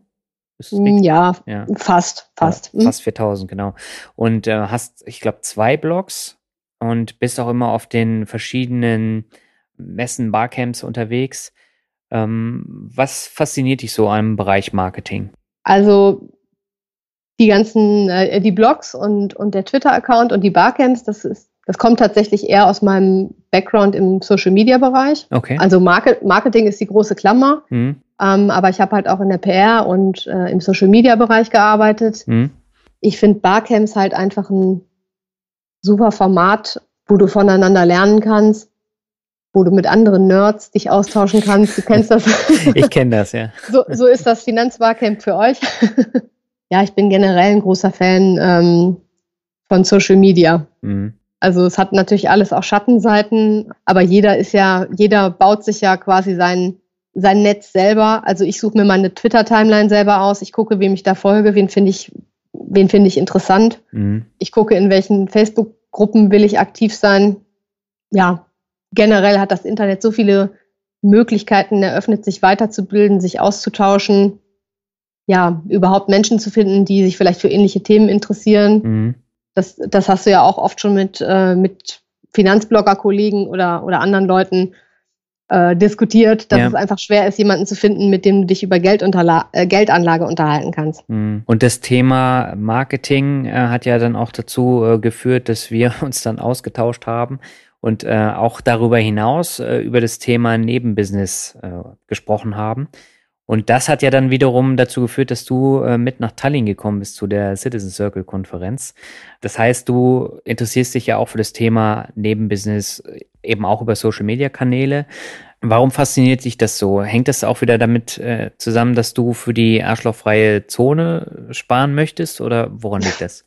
Ja, ja, fast, fast. Ja, fast viertausend, genau. Und äh, hast, ich glaube, zwei Blogs und bist auch immer auf den verschiedenen Messen, Barcamps unterwegs. Ähm, was fasziniert dich so am Bereich Marketing? Also die ganzen, äh, die Blogs und, und der Twitter-Account und die Barcamps, das ist, das kommt tatsächlich eher aus meinem Background im Social-Media-Bereich. Okay. Also Market, Marketing ist die große Klammer, mhm. ähm, aber ich habe halt auch in der P R und äh, im Social-Media-Bereich gearbeitet. Mhm. Ich finde Barcamps halt einfach ein super Format, wo du voneinander lernen kannst, wo du mit anderen Nerds dich austauschen kannst. Du kennst das. Ich kenne das, ja. So, so ist das Finanzbarcamp für euch. Ja, ich bin generell ein großer Fan ähm, von Social Media. Mhm. Also es hat natürlich alles auch Schattenseiten, aber jeder ist ja, jeder baut sich ja quasi sein, sein Netz selber. Also ich suche mir meine Twitter-Timeline selber aus. Ich gucke, wem ich da folge, wen finde ich, wen finde ich interessant. Mhm. Ich gucke, in welchen Facebook-Gruppen will ich aktiv sein. Ja, generell hat das Internet so viele Möglichkeiten eröffnet, sich weiterzubilden, sich auszutauschen, ja, überhaupt Menschen zu finden, die sich vielleicht für ähnliche Themen interessieren. Mhm. Das, das hast du ja auch oft schon mit, äh, mit Finanzblogger-Kollegen oder, oder anderen Leuten äh, diskutiert, dass ja. es einfach schwer ist, jemanden zu finden, mit dem du dich über Geldunterla- äh, Geldanlage unterhalten kannst. Mhm. Und das Thema Marketing äh, hat ja dann auch dazu äh, geführt, dass wir uns dann ausgetauscht haben und äh, auch darüber hinaus äh, über das Thema Nebenbusiness äh, gesprochen haben. Und das hat ja dann wiederum dazu geführt, dass du äh, mit nach Tallinn gekommen bist zu der Citizen Circle Konferenz. Das heißt, du interessierst dich ja auch für das Thema Nebenbusiness, eben auch über Social Media Kanäle. Warum fasziniert dich das so? Hängt das auch wieder damit äh, zusammen, dass du für die arschlochfreie Zone sparen möchtest oder woran liegt das?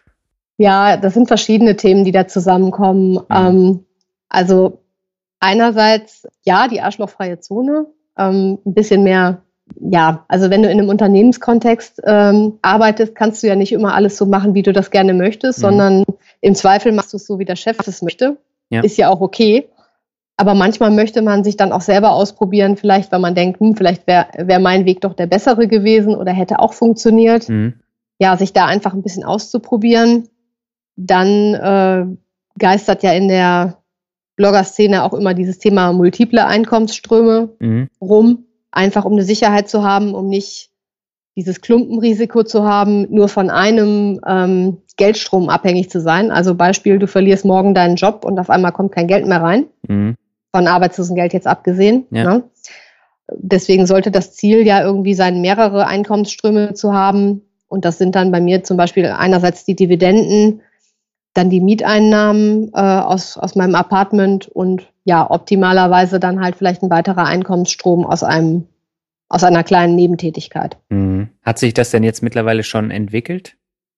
Ja, das sind verschiedene Themen, die da zusammenkommen. Mhm. Ähm, also einerseits, ja, die arschlochfreie Zone. Ähm, ein bisschen mehr, ja, also wenn du in einem Unternehmenskontext ähm, arbeitest, kannst du ja nicht immer alles so machen, wie du das gerne möchtest, mhm. sondern im Zweifel machst du es so, wie der Chef es möchte. Ja. Ist ja auch okay. Aber manchmal möchte man sich dann auch selber ausprobieren, vielleicht, weil man denkt, hm, vielleicht wäre wär mein Weg doch der bessere gewesen oder hätte auch funktioniert. Mhm. Ja, sich da einfach ein bisschen auszuprobieren. Dann äh, geistert ja in der Blogger-Szene auch immer dieses Thema multiple Einkommensströme mhm. rum, einfach um eine Sicherheit zu haben, um nicht dieses Klumpenrisiko zu haben, nur von einem ähm, Geldstrom abhängig zu sein. Also Beispiel, du verlierst morgen deinen Job und auf einmal kommt kein Geld mehr rein, mhm. von Arbeitslosengeld jetzt abgesehen. Ja. Ne? Deswegen sollte das Ziel ja irgendwie sein, mehrere Einkommensströme zu haben. Und das sind dann bei mir zum Beispiel einerseits die Dividenden, dann die Mieteinnahmen äh, aus, aus meinem Apartment und ja, optimalerweise dann halt vielleicht ein weiterer Einkommensstrom aus einem, aus einer kleinen Nebentätigkeit. Mhm. Hat sich das denn jetzt mittlerweile schon entwickelt?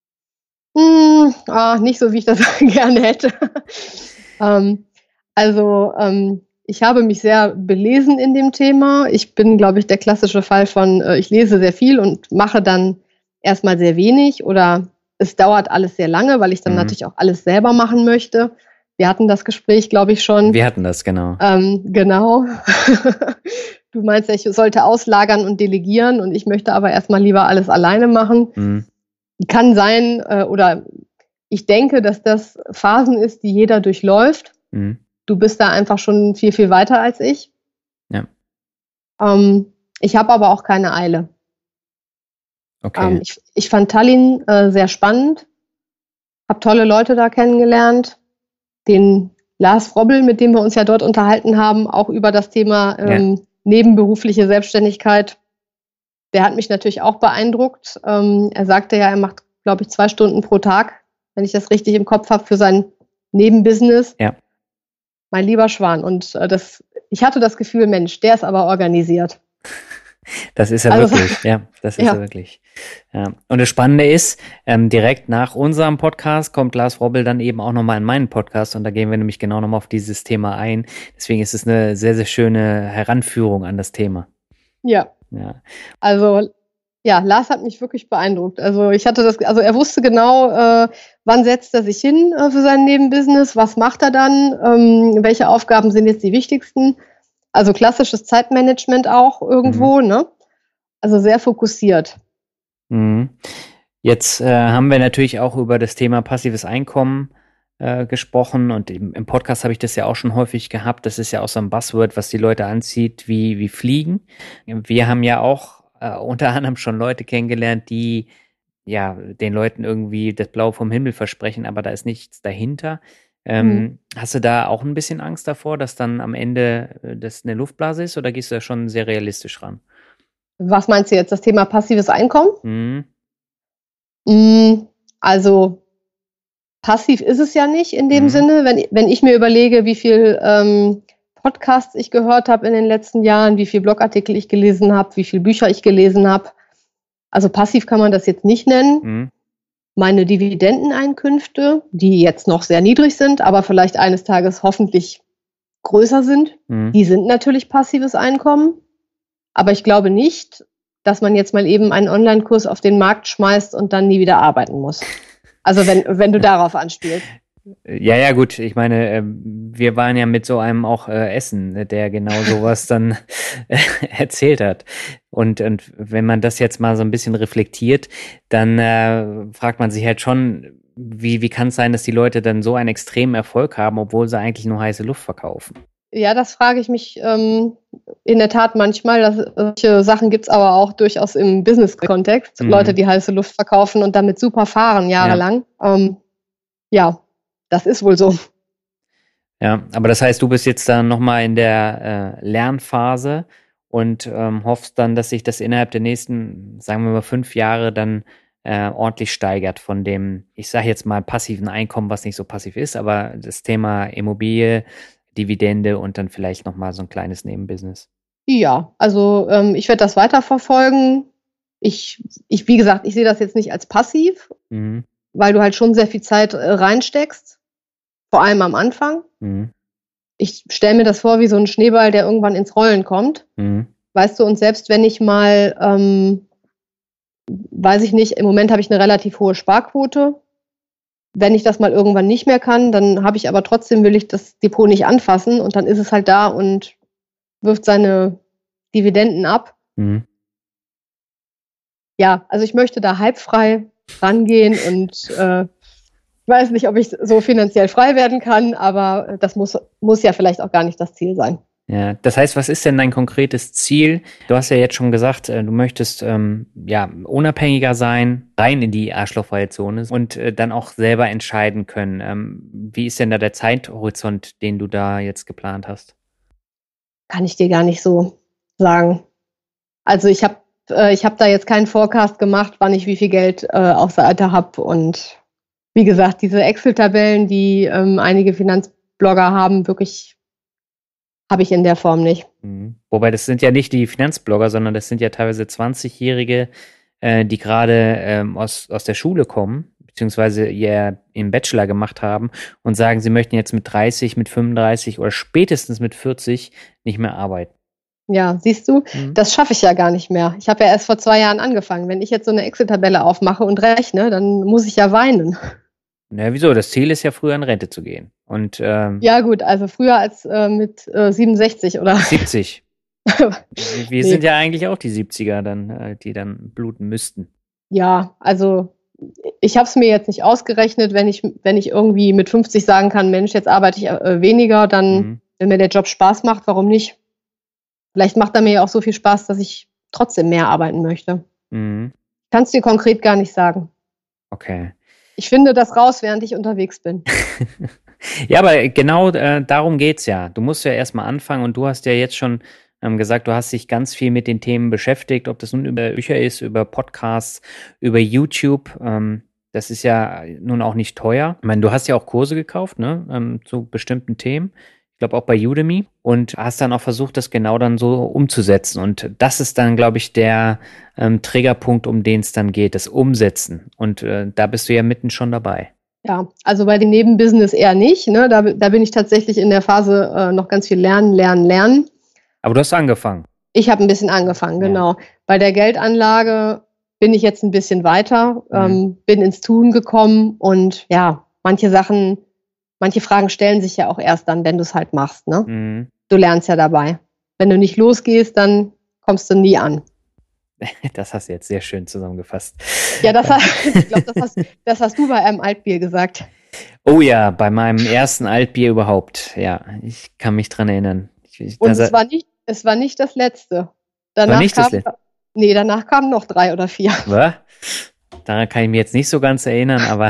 Hm, ah, nicht so, wie ich das gerne hätte. ähm, also ähm, ich habe mich sehr belesen in dem Thema. Ich bin, glaube ich, der klassische Fall von, äh, ich lese sehr viel und mache dann erstmal sehr wenig oder es dauert alles sehr lange, weil ich dann mhm. natürlich auch alles selber machen möchte. Wir hatten das Gespräch, glaube ich, schon. Wir hatten das, genau. Ähm, genau. Du meinst, ich sollte auslagern und delegieren und ich möchte aber erstmal lieber alles alleine machen. Mhm. Kann sein, äh, oder ich denke, dass das Phasen ist, die jeder durchläuft. Mhm. Du bist da einfach schon viel, viel weiter als ich. Ja. Ähm, ich habe aber auch keine Eile. Okay. Ähm, ich, ich fand Tallinn äh, sehr spannend, habe tolle Leute da kennengelernt. Den Lars Frobbel, mit dem wir uns ja dort unterhalten haben, auch über das Thema ähm, ja. nebenberufliche Selbstständigkeit. Der hat mich natürlich auch beeindruckt. Ähm, er sagte ja, er macht, glaube ich, zwei Stunden pro Tag, wenn ich das richtig im Kopf habe, für sein Nebenbusiness. Ja. Mein lieber Schwan. Und äh, das, ich hatte das Gefühl, Mensch, der ist aber organisiert. Das ist er also, wirklich, ja, das ist ja. er wirklich. Ja. Und das Spannende ist, ähm, direkt nach unserem Podcast kommt Lars Frobbel dann eben auch nochmal in meinen Podcast und da gehen wir nämlich genau nochmal auf dieses Thema ein. Deswegen ist es eine sehr, sehr schöne Heranführung an das Thema. Ja. ja. Also, ja, Lars hat mich wirklich beeindruckt. Also ich hatte das, also er wusste genau, äh, wann setzt er sich hin äh, für sein Nebenbusiness, was macht er dann, ähm, welche Aufgaben sind jetzt die wichtigsten. Also klassisches Zeitmanagement auch irgendwo, mhm. ne? Also sehr fokussiert. Mhm. Jetzt äh, haben wir natürlich auch über das Thema passives Einkommen äh, gesprochen und im, im Podcast habe ich das ja auch schon häufig gehabt. Das ist ja auch so ein Buzzword, was die Leute anzieht, wie, wie Fliegen. Wir haben ja auch äh, unter anderem schon Leute kennengelernt, die ja den Leuten irgendwie das Blaue vom Himmel versprechen, aber da ist nichts dahinter. Ähm, mhm. Hast du da auch ein bisschen Angst davor, dass dann am Ende äh, das eine Luftblase ist oder gehst du da schon sehr realistisch ran? Was meinst du jetzt, das Thema passives Einkommen? Mhm. Mhm, also passiv ist es ja nicht in dem mhm. Sinne, wenn, wenn ich mir überlege, wie viel ähm, Podcasts ich gehört habe in den letzten Jahren, wie viel Blogartikel ich gelesen habe, wie viele Bücher ich gelesen habe. Also passiv kann man das jetzt nicht nennen. Mhm. Meine Dividendeneinkünfte, die jetzt noch sehr niedrig sind, aber vielleicht eines Tages hoffentlich größer sind, mhm. die sind natürlich passives Einkommen. Aber ich glaube nicht, dass man jetzt mal eben einen Online-Kurs auf den Markt schmeißt und dann nie wieder arbeiten muss. Also wenn, wenn du darauf anspielst. Ja, ja, gut. Ich meine, äh, wir waren ja mit so einem auch äh, essen, der genau sowas dann äh, erzählt hat. Und, und wenn man das jetzt mal so ein bisschen reflektiert, dann äh, fragt man sich halt schon, wie, wie kann es sein, dass die Leute dann so einen extremen Erfolg haben, obwohl sie eigentlich nur heiße Luft verkaufen? Ja, das frage ich mich ähm, in der Tat manchmal. Dass, solche Sachen gibt es aber auch durchaus im Business-Kontext. Mhm. Leute, die heiße Luft verkaufen und damit super fahren jahrelang. Ja. Ähm, ja. Das ist wohl so. Ja, aber das heißt, du bist jetzt dann nochmal in der äh, Lernphase und ähm, hoffst dann, dass sich das innerhalb der nächsten, sagen wir mal, fünf Jahre dann äh, ordentlich steigert von dem, ich sage jetzt mal, passiven Einkommen, was nicht so passiv ist, aber das Thema Immobilie, Dividende und dann vielleicht nochmal so ein kleines Nebenbusiness. Ja, also ähm, ich werde das weiterverfolgen. Ich, ich, wie gesagt, ich sehe das jetzt nicht als passiv, mhm. weil du halt schon sehr viel Zeit äh, reinsteckst. Vor allem am Anfang. Mhm. Ich stelle mir das vor wie so ein Schneeball, der irgendwann ins Rollen kommt. Mhm. Weißt du, und selbst wenn ich mal, ähm, weiß ich nicht, im Moment habe ich eine relativ hohe Sparquote. Wenn ich das mal irgendwann nicht mehr kann, dann habe ich aber trotzdem, will ich das Depot nicht anfassen und dann ist es halt da und wirft seine Dividenden ab. Mhm. Ja, also ich möchte da hypefrei rangehen und äh, ich weiß nicht, ob ich so finanziell frei werden kann, aber das muss, muss ja vielleicht auch gar nicht das Ziel sein. Ja, das heißt, was ist denn dein konkretes Ziel? Du hast ja jetzt schon gesagt, du möchtest ähm, ja unabhängiger sein, rein in die arschlochfreie Zone und äh, dann auch selber entscheiden können. Ähm, wie ist denn da der Zeithorizont, den du da jetzt geplant hast? Kann ich dir gar nicht so sagen. Also ich habe äh, ich hab da jetzt keinen Forecast gemacht, wann ich wie viel Geld äh, auf Seite habe und wie gesagt, diese Excel-Tabellen, die ähm, einige Finanzblogger haben, wirklich habe ich in der Form nicht. Mhm. Wobei, das sind ja nicht die Finanzblogger, sondern das sind ja teilweise zwanzigjährige, äh, die gerade ähm, aus, aus der Schule kommen, beziehungsweise ihr im Bachelor gemacht haben und sagen, sie möchten jetzt mit dreißig, mit fünfunddreißig oder spätestens mit vierzig nicht mehr arbeiten. Ja, siehst du, mhm. das schaffe ich ja gar nicht mehr. Ich habe ja erst vor zwei Jahren angefangen. Wenn ich jetzt so eine Excel-Tabelle aufmache und rechne, dann muss ich ja weinen. Na, wieso? Das Ziel ist ja, früher in Rente zu gehen. Und, ähm, ja gut, also früher als äh, mit äh, siebenundsechzig oder siebzig. Wir nee. sind ja eigentlich auch die siebziger, dann, äh, die dann bluten müssten. Ja, also ich habe es mir jetzt nicht ausgerechnet, wenn ich, wenn ich irgendwie mit fünfzig sagen kann, Mensch, jetzt arbeite ich äh, weniger, dann, mhm. wenn mir der Job Spaß macht, warum nicht? Vielleicht macht er mir ja auch so viel Spaß, dass ich trotzdem mehr arbeiten möchte. Mhm. Ich kann es dir konkret gar nicht sagen. Okay. Ich finde das raus, während ich unterwegs bin. Ja, aber genau äh, darum geht's ja. Du musst ja erstmal anfangen und du hast ja jetzt schon ähm, gesagt, du hast dich ganz viel mit den Themen beschäftigt, ob das nun über Bücher ist, über Podcasts, über YouTube. Ähm, das ist ja nun auch nicht teuer. Ich meine, du hast ja auch Kurse gekauft, ne, ähm, zu bestimmten Themen. Ich glaube auch bei Udemy und hast dann auch versucht, das genau dann so umzusetzen. Und das ist dann, glaube ich, der ähm, Triggerpunkt, um den es dann geht, das Umsetzen. Und äh, da bist du ja mitten schon dabei. Ja, also bei dem Nebenbusiness eher nicht. Ne? Da, da bin ich tatsächlich in der Phase äh, noch ganz viel lernen, lernen, lernen. Aber du hast angefangen. Ich habe ein bisschen angefangen, genau. Ja. Bei der Geldanlage bin ich jetzt ein bisschen weiter, mhm. ähm, bin ins Tun gekommen und ja, manche Sachen... Manche Fragen stellen sich ja auch erst dann, wenn du es halt machst. Ne? Mhm. Du lernst ja dabei. Wenn du nicht losgehst, dann kommst du nie an. Das hast du jetzt sehr schön zusammengefasst. Ja, das, ich glaube, das hast, das hast du bei einem Altbier gesagt. Oh ja, bei meinem ersten Altbier überhaupt. Ja, ich kann mich dran erinnern. Ich, Und es war, nicht, es war nicht das letzte. Danach war nicht kam, das letzte? Nee, danach kamen noch drei oder vier. Was? Daran kann ich mich jetzt nicht so ganz erinnern, aber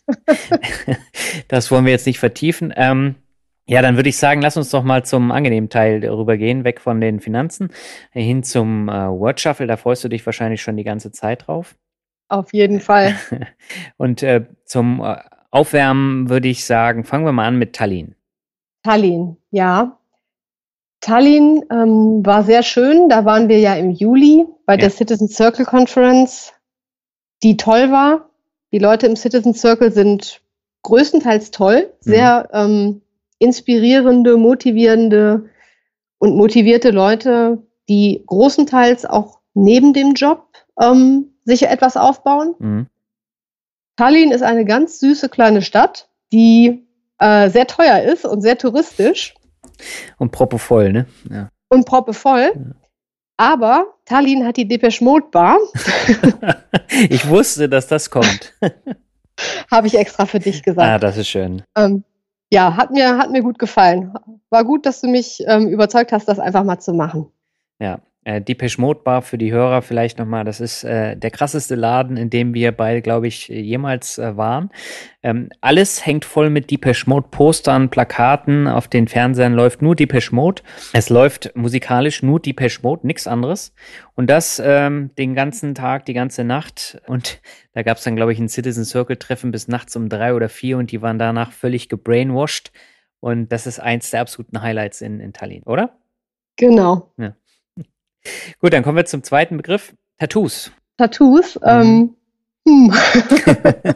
das wollen wir jetzt nicht vertiefen. Ähm, ja, dann würde ich sagen, lass uns doch mal zum angenehmen Teil rübergehen, weg von den Finanzen, hin zum äh, Word Shuffle. Da freust du dich wahrscheinlich schon die ganze Zeit drauf. Auf jeden Fall. Und äh, zum äh, Aufwärmen würde ich sagen, fangen wir mal an mit Tallinn. Tallinn, ja. Tallinn ähm, war sehr schön. Da waren wir ja im Juli bei ja. der Citizen Circle Conference, die toll war. Die Leute im Citizen Circle sind größtenteils toll, sehr mhm. ähm, inspirierende, motivierende und motivierte Leute, die großenteils auch neben dem Job ähm, sich etwas aufbauen. Mhm. Tallinn ist eine ganz süße kleine Stadt, die äh, sehr teuer ist und sehr touristisch. Und proppevoll, ne? Ja. Und proppevoll. Ja. Aber Tallinn hat die Depeche Mode Bar. Ich wusste, dass das kommt. Habe ich extra für dich gesagt. Ah, das ist schön. Ähm, ja, hat mir, hat mir gut gefallen. War gut, dass du mich ähm, überzeugt hast, das einfach mal zu machen. Ja, äh, Depeche Mode Bar für die Hörer vielleicht nochmal. Das ist äh, der krasseste Laden, in dem wir beide, glaube ich, jemals äh, waren. Ähm, alles hängt voll mit Depeche Mode Postern, Plakaten. Auf den Fernsehern läuft nur Depeche Mode. Es läuft musikalisch nur Depeche Mode, nichts anderes. Und das ähm, den ganzen Tag, die ganze Nacht. Und da gab es dann, glaube ich, ein Citizen Circle Treffen bis nachts um drei oder vier und die waren danach völlig gebrainwashed. Und das ist eins der absoluten Highlights in, in Tallinn, oder? Genau. Ja. Gut, dann kommen wir zum zweiten Begriff, Tattoos. Tattoos, ähm, mhm. hm.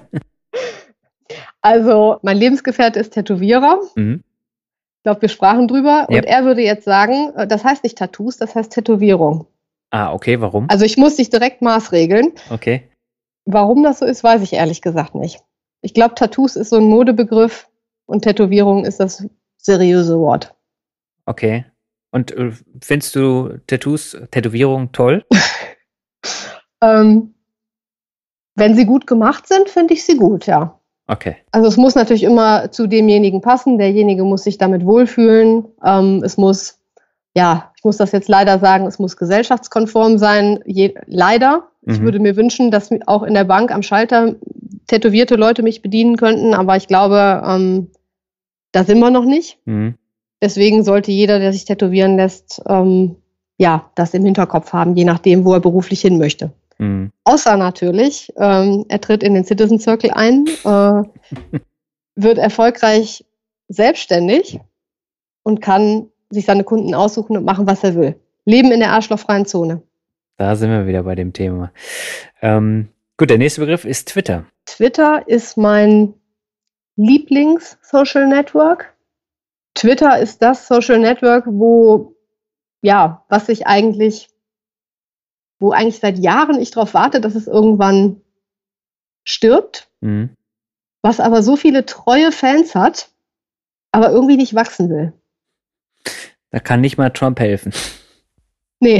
Also, mein Lebensgefährte ist Tätowierer. Mhm. Ich glaube, wir sprachen drüber. Yep. Und er würde jetzt sagen, das heißt nicht Tattoos, das heißt Tätowierung. Ah, okay, warum? Also, ich muss dich direkt maßregeln. Okay. Warum das so ist, weiß ich ehrlich gesagt nicht. Ich glaube, Tattoos ist so ein Modebegriff und Tätowierung ist das seriöse Wort. Okay. Und äh, findest du Tattoos, Tätowierungen toll? ähm, wenn sie gut gemacht sind, finde ich sie gut, ja. Okay. Also es muss natürlich immer zu demjenigen passen. Derjenige muss sich damit wohlfühlen. Ähm, es muss, ja, ich muss das jetzt leider sagen, es muss gesellschaftskonform sein. Je, leider. Mhm. Ich würde mir wünschen, dass auch in der Bank am Schalter tätowierte Leute mich bedienen könnten. Aber ich glaube, ähm, da sind wir noch nicht. Mhm. Deswegen sollte jeder, der sich tätowieren lässt, ähm, ja, das im Hinterkopf haben, je nachdem, wo er beruflich hin möchte. Mhm. Außer natürlich, ähm, er tritt in den Citizen Circle ein, äh, wird erfolgreich selbstständig und kann sich seine Kunden aussuchen und machen, was er will. Leben in der arschlochfreien Zone. Da sind wir wieder bei dem Thema. Ähm, gut, der nächste Begriff ist Twitter. Twitter ist mein Lieblings-Social Network. Twitter ist das Social Network, wo ja, was ich eigentlich, wo eigentlich seit Jahren ich darauf warte, dass es irgendwann stirbt, Mhm. was aber so viele treue Fans hat, aber irgendwie nicht wachsen will. Da kann nicht mal Trump helfen. Nee.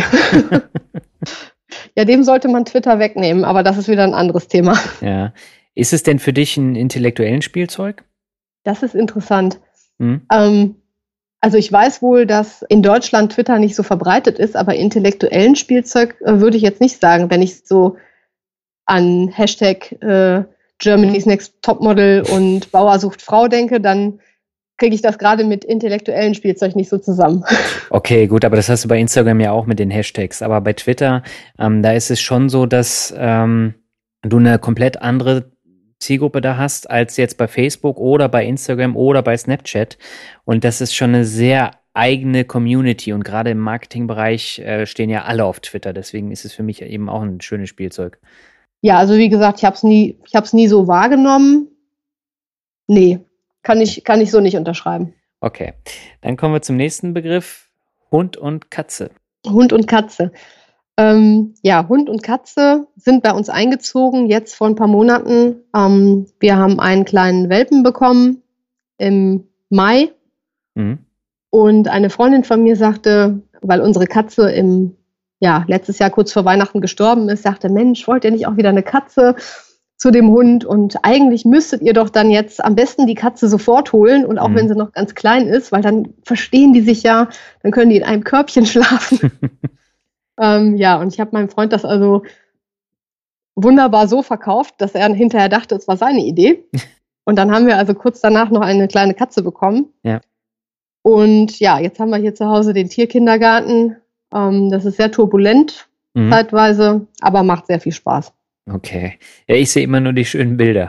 Ja, dem sollte man Twitter wegnehmen, aber das ist wieder ein anderes Thema. Ja. Ist es denn für dich ein intellektuellen Spielzeug? Das ist interessant. Hm? Ähm, also ich weiß wohl, dass in Deutschland Twitter nicht so verbreitet ist, aber intellektuellen Spielzeug äh, würde ich jetzt nicht sagen, wenn ich so an Hashtag äh, Germany's Next Topmodel und Bauer sucht Frau denke, dann kriege ich das gerade mit intellektuellen Spielzeug nicht so zusammen. Okay, gut, aber das hast du bei Instagram ja auch mit den Hashtags. Aber bei Twitter, ähm, da ist es schon so, dass ähm, du eine komplett andere Zielgruppe da hast, als jetzt bei Facebook oder bei Instagram oder bei Snapchat. Und das ist schon eine sehr eigene Community. Und gerade im Marketingbereich äh, stehen ja alle auf Twitter. Deswegen ist es für mich eben auch ein schönes Spielzeug. Ja, also wie gesagt, ich habe es nie, ich habe es nie so wahrgenommen. Nee, kann ich, kann ich so nicht unterschreiben. Okay, dann kommen wir zum nächsten Begriff. Hund und Katze. Hund und Katze. Ähm, ja, Hund und Katze sind bei uns eingezogen, jetzt vor ein paar Monaten. Ähm, wir haben einen kleinen Welpen bekommen im Mai. Mhm. Und eine Freundin von mir sagte, weil unsere Katze im, ja, letztes Jahr kurz vor Weihnachten gestorben ist, sagte, Mensch, wollt ihr nicht auch wieder eine Katze zu dem Hund? Und eigentlich müsstet ihr doch dann jetzt am besten die Katze sofort holen und auch Mhm. wenn sie noch ganz klein ist, weil dann verstehen die sich ja, dann können die in einem Körbchen schlafen. ähm, ja, und ich habe meinem Freund das also wunderbar so verkauft, dass er hinterher dachte, es war seine Idee. Und dann haben wir also kurz danach noch eine kleine Katze bekommen. Ja. Und ja, jetzt haben wir hier zu Hause den Tierkindergarten. Ähm, das ist sehr turbulent Mhm. zeitweise, aber macht sehr viel Spaß. Okay. Ja, ich sehe immer nur die schönen Bilder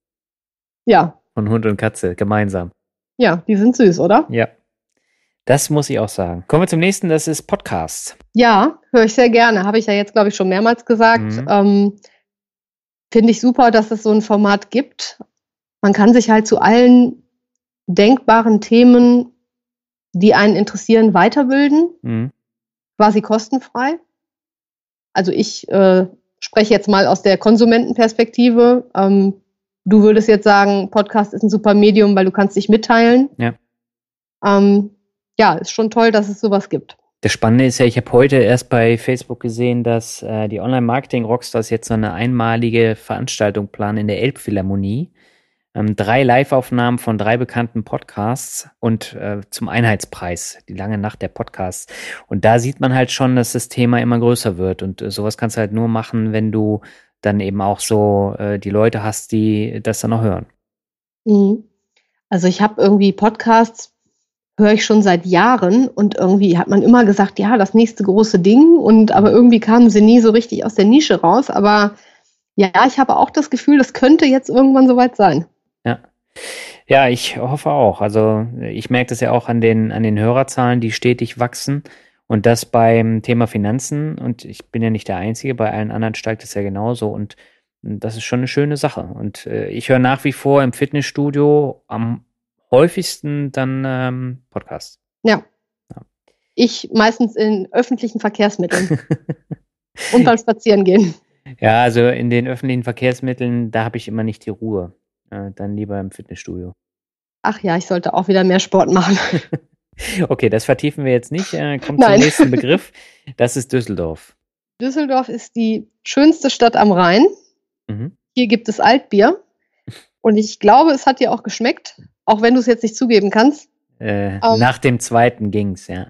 Ja, von Hund und Katze gemeinsam. ja, die sind süß, oder? Ja. Das muss ich auch sagen. Kommen wir zum nächsten, das ist Podcast. Ja, höre ich sehr gerne. Habe ich ja jetzt, glaube ich, schon mehrmals gesagt. Mhm. Ähm, finde ich super, dass es so ein Format gibt. Man kann sich halt zu allen denkbaren Themen, die einen interessieren, weiterbilden, Mhm. quasi kostenfrei. Also ich äh, spreche jetzt mal aus der Konsumentenperspektive. Ähm, du würdest jetzt sagen, Podcast ist ein super Medium, weil du kannst dich mitteilen. Ja. Ähm, ja, ist schon toll, dass es sowas gibt. Das Spannende ist ja, ich habe heute erst bei Facebook gesehen, dass äh, die Online-Marketing-Rockstars jetzt so eine einmalige Veranstaltung planen in der Elbphilharmonie. Ähm, drei Live-Aufnahmen von drei bekannten Podcasts und äh, zum Einheitspreis, die lange Nacht der Podcasts. Und da sieht man halt schon, dass das Thema immer größer wird. Und äh, sowas kannst du halt nur machen, wenn du dann eben auch so äh, die Leute hast, die das dann noch hören. Mhm. Also ich habe irgendwie Podcasts, höre ich schon seit Jahren und irgendwie hat man immer gesagt, ja, das nächste große Ding und aber irgendwie kamen sie nie so richtig aus der Nische raus. Aber ja, ich habe auch das Gefühl, das könnte jetzt irgendwann soweit sein. Ja. Ja, ich hoffe auch. Also ich merke das ja auch an den, an den Hörerzahlen, die stetig wachsen. Und das beim Thema Finanzen. Und ich bin ja nicht der Einzige, bei allen anderen steigt es ja genauso. Und das ist schon eine schöne Sache. Und äh, ich höre nach wie vor im Fitnessstudio am häufigsten dann ähm, Podcasts. Ja. Ja. Ich meistens in öffentlichen Verkehrsmitteln und beim Spazierengehen. Ja, also in den öffentlichen Verkehrsmitteln, da habe ich immer nicht die Ruhe. Äh, dann lieber im Fitnessstudio. Ach ja, ich sollte auch wieder mehr Sport machen. Okay, das vertiefen wir jetzt nicht. Äh, kommt Nein. zum nächsten Begriff. Das ist Düsseldorf. Düsseldorf ist die schönste Stadt am Rhein. Mhm. Hier gibt es Altbier. Und ich glaube, es hat dir auch geschmeckt, auch wenn du es jetzt nicht zugeben kannst. Äh, Ähm. Nach dem zweiten ging's, ja.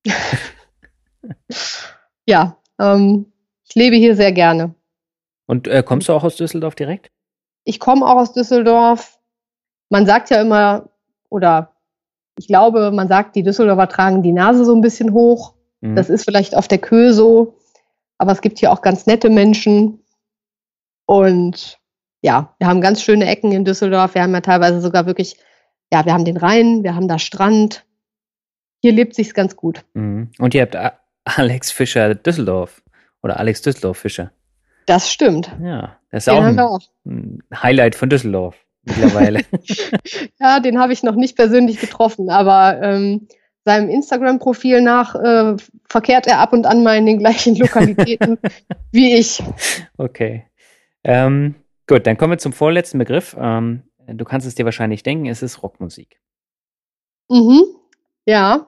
Ja, ähm, ich lebe hier sehr gerne. Und äh, kommst du auch aus Düsseldorf direkt? Ich komme auch aus Düsseldorf. Man sagt ja immer, oder ich glaube, man sagt, die Düsseldorfer tragen die Nase so ein bisschen hoch. Mhm. Das ist vielleicht auf der Köhe so, aber es gibt hier auch ganz nette Menschen. Und ja, wir haben ganz schöne Ecken in Düsseldorf. Wir haben ja teilweise sogar wirklich, ja, wir haben den Rhein, wir haben da Strand. Hier lebt sich's ganz gut. Mhm. Und ihr habt A- Alex Fischer Düsseldorf oder Alex Düsseldorf Fischer. Das stimmt. Ja, das ist Den auch haben wir ein, auch. ein Highlight von Düsseldorf mittlerweile. Ja, den habe ich noch nicht persönlich getroffen, aber ähm, seinem Instagram-Profil nach äh, verkehrt er ab und an mal in den gleichen Lokalitäten wie ich. Okay. Ähm, gut, dann kommen wir zum vorletzten Begriff. Ähm, du kannst es dir wahrscheinlich denken, es ist Rockmusik. Mhm, ja.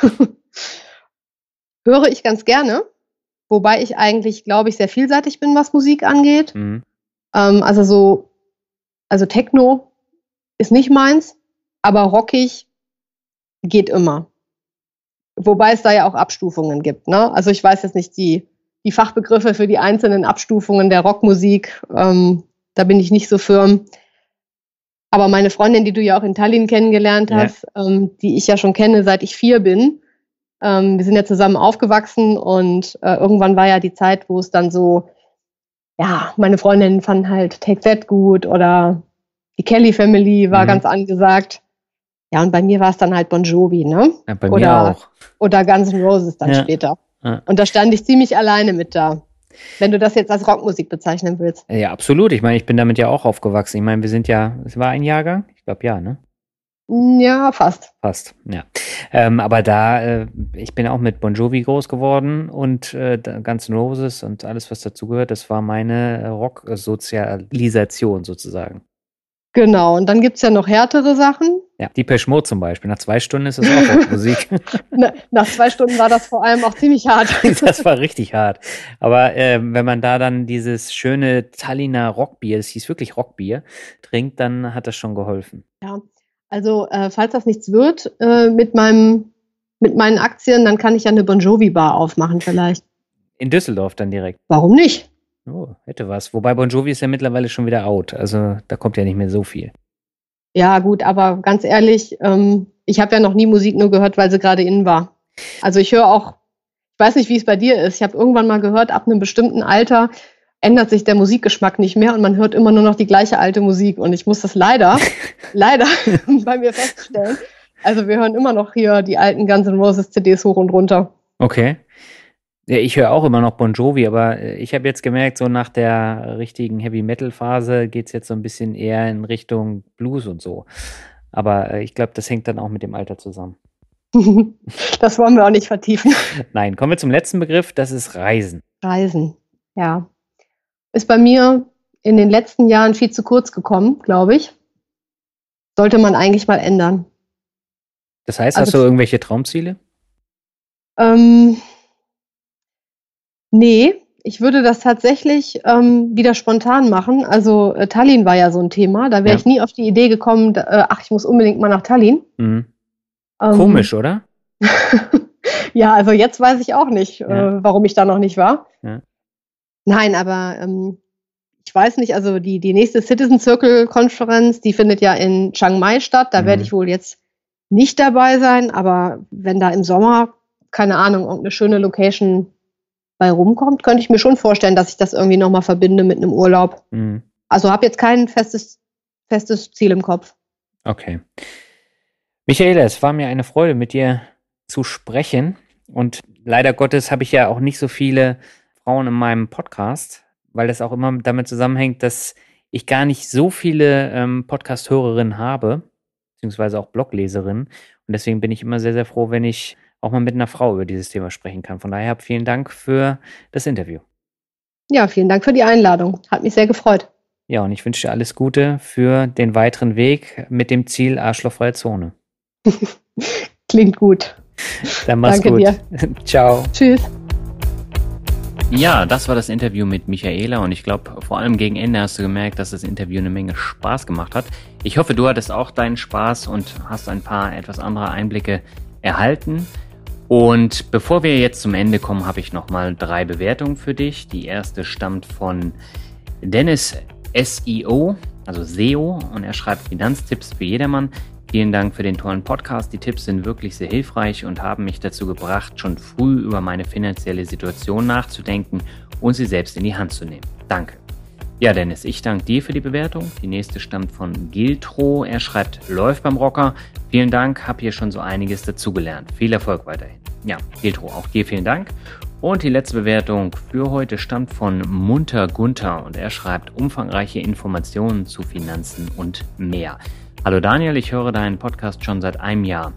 Höre ich ganz gerne, wobei ich eigentlich, glaube ich, sehr vielseitig bin, was Musik angeht. Mhm. Ähm, also so, also Techno ist nicht meins, aber rockig geht immer. Wobei es da ja auch Abstufungen gibt, ne? Also ich weiß jetzt nicht die, die Fachbegriffe für die einzelnen Abstufungen der Rockmusik. Ähm, da bin ich nicht so firm. Aber meine Freundin, die du ja auch in Tallinn kennengelernt hast, ja. ähm, die ich ja schon kenne, seit ich vier bin, ähm, wir sind ja zusammen aufgewachsen und äh, irgendwann war ja die Zeit, wo es dann so, ja, meine Freundinnen fanden halt Take That gut oder die Kelly Family war mhm. ganz angesagt. Ja, und bei mir war es dann halt Bon Jovi, ne? Ja, bei oder, mir auch. Oder Guns N' Roses dann ja. später. Ja. Und da stand ich ziemlich alleine mit da, wenn du das jetzt als Rockmusik bezeichnen willst. Ja, absolut. Ich meine, ich bin damit ja auch aufgewachsen. Ich meine, wir sind ja, es war ein Jahrgang? Ich glaube, ja, ne? Ja, fast. Fast, ja. Ähm, aber da, äh, ich bin auch mit Bon Jovi groß geworden und äh, Guns N' Roses und alles, was dazugehört, das war meine Rock-Sozialisation sozusagen. Genau, und dann gibt es ja noch härtere Sachen. Ja, Depeche Mode zum Beispiel. Nach zwei Stunden ist es auch Rockmusik. Na, nach zwei Stunden war das vor allem auch ziemlich hart. Das war richtig hart. Aber äh, wenn man da dann dieses schöne Tallinner Rockbier, es hieß wirklich Rockbier, trinkt, dann hat das schon geholfen. Ja, also äh, falls das nichts wird äh, mit meinem, mit meinen Aktien, dann kann ich ja eine Bon Jovi Bar aufmachen vielleicht. In Düsseldorf dann direkt? Warum nicht? Oh, hätte was. Wobei Bon Jovi ist ja mittlerweile schon wieder out. Also da kommt ja nicht mehr so viel. Ja gut, aber ganz ehrlich, ähm, ich habe ja noch nie Musik nur gehört, weil sie gerade in war. Also ich höre auch, ich weiß nicht, wie es bei dir ist. Ich habe irgendwann mal gehört, ab einem bestimmten Alter ändert sich der Musikgeschmack nicht mehr und man hört immer nur noch die gleiche alte Musik. Und ich muss das leider, leider bei mir feststellen. Also wir hören immer noch hier die alten Guns N' Roses C Ds hoch und runter. Okay. Ja, ich höre auch immer noch Bon Jovi, aber ich habe jetzt gemerkt, so nach der richtigen Heavy-Metal-Phase geht es jetzt so ein bisschen eher in Richtung Blues und so. Aber ich glaube, das hängt dann auch mit dem Alter zusammen. Das wollen wir auch nicht vertiefen. Nein, kommen wir zum letzten Begriff, das ist Reisen. Reisen, ja. Ist bei mir in den letzten Jahren viel zu kurz gekommen, glaube ich. Sollte man eigentlich mal ändern. Das heißt, also, hast du irgendwelche Traumziele? Ähm... Nee, ich würde das tatsächlich ähm, wieder spontan machen. Also äh, Tallinn war ja so ein Thema. Da wäre ja. ich nie auf die Idee gekommen, da, äh, ach, ich muss unbedingt mal nach Tallinn. Mhm. Ähm, Komisch, oder? Ja, also jetzt weiß ich auch nicht, ja. äh, warum ich da noch nicht war. Ja. Nein, aber ähm, ich weiß nicht, also die, die nächste Citizen Circle Konferenz, die findet ja in Chiang Mai statt. Da mhm. werde ich wohl jetzt nicht dabei sein. Aber wenn da im Sommer, keine Ahnung, irgendeine schöne Location bei rumkommt, könnte ich mir schon vorstellen, dass ich das irgendwie nochmal verbinde mit einem Urlaub. Mhm. Also habe jetzt kein festes, festes Ziel im Kopf. Okay. Michaela, es war mir eine Freude, mit dir zu sprechen. Und leider Gottes habe ich ja auch nicht so viele Frauen in meinem Podcast, weil das auch immer damit zusammenhängt, dass ich gar nicht so viele ähm, Podcast-Hörerinnen habe, beziehungsweise auch Blogleserinnen. Und deswegen bin ich immer sehr, sehr froh, wenn ich auch mal mit einer Frau über dieses Thema sprechen kann. Von daher vielen Dank für das Interview. Ja, vielen Dank für die Einladung. Hat mich sehr gefreut. Ja, und ich wünsche dir alles Gute für den weiteren Weg mit dem Ziel arschlochfreie Zone. Klingt gut. Dann mach's Danke gut. Dir. Ciao. Tschüss. Ja, das war das Interview mit Michaela und ich glaube, vor allem gegen Ende hast du gemerkt, dass das Interview eine Menge Spaß gemacht hat. Ich hoffe, du hattest auch deinen Spaß und hast ein paar etwas andere Einblicke erhalten. Und bevor wir jetzt zum Ende kommen, habe ich nochmal drei Bewertungen für dich. Die erste stammt von Dennis S E O, also S E O, und er schreibt Finanztipps für jedermann. Vielen Dank für den tollen Podcast. Die Tipps sind wirklich sehr hilfreich und haben mich dazu gebracht, schon früh über meine finanzielle Situation nachzudenken und sie selbst in die Hand zu nehmen. Danke. Ja, Dennis, ich danke dir für die Bewertung. Die nächste stammt von Giltro. Er schreibt, läuft beim Rocker. Vielen Dank, habe hier schon so einiges dazugelernt. Viel Erfolg weiterhin. Ja, Giltro, auch dir vielen Dank. Und die letzte Bewertung für heute stammt von Munter Gunther und er schreibt, umfangreiche Informationen zu Finanzen und mehr. Hallo Daniel, ich höre deinen Podcast schon seit einem Jahr.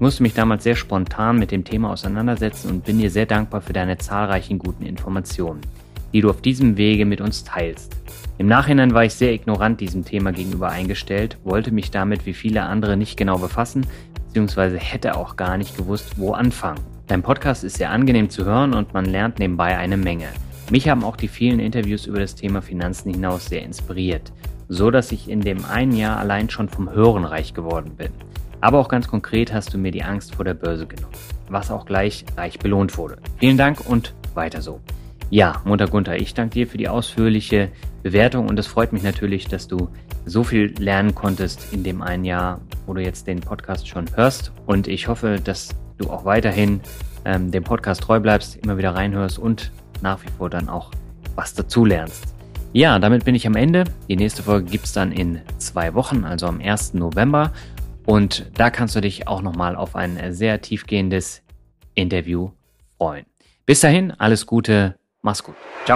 Ich musste mich damals sehr spontan mit dem Thema auseinandersetzen und bin dir sehr dankbar für deine zahlreichen guten Informationen, die du auf diesem Wege mit uns teilst. Im Nachhinein war ich sehr ignorant diesem Thema gegenüber eingestellt, wollte mich damit wie viele andere nicht genau befassen, beziehungsweise hätte auch gar nicht gewusst, wo anfangen. Dein Podcast ist sehr angenehm zu hören und man lernt nebenbei eine Menge. Mich haben auch die vielen Interviews über das Thema Finanzen hinaus sehr inspiriert, so dass ich in dem einen Jahr allein schon vom Hören reich geworden bin. Aber auch ganz konkret hast du mir die Angst vor der Börse genommen, was auch gleich reich belohnt wurde. Vielen Dank und weiter so. Ja, Munter Gunther, ich danke dir für die ausführliche Bewertung und es freut mich natürlich, dass du so viel lernen konntest in dem einen Jahr, wo du jetzt den Podcast schon hörst. Und ich hoffe, dass du auch weiterhin ähm, dem Podcast treu bleibst, immer wieder reinhörst und nach wie vor dann auch was dazu lernst. Ja, damit bin ich am Ende. Die nächste Folge gibt es dann in zwei Wochen, also am ersten November. Und da kannst du dich auch nochmal auf ein sehr tiefgehendes Interview freuen. Bis dahin, alles Gute, mach's gut. Ciao.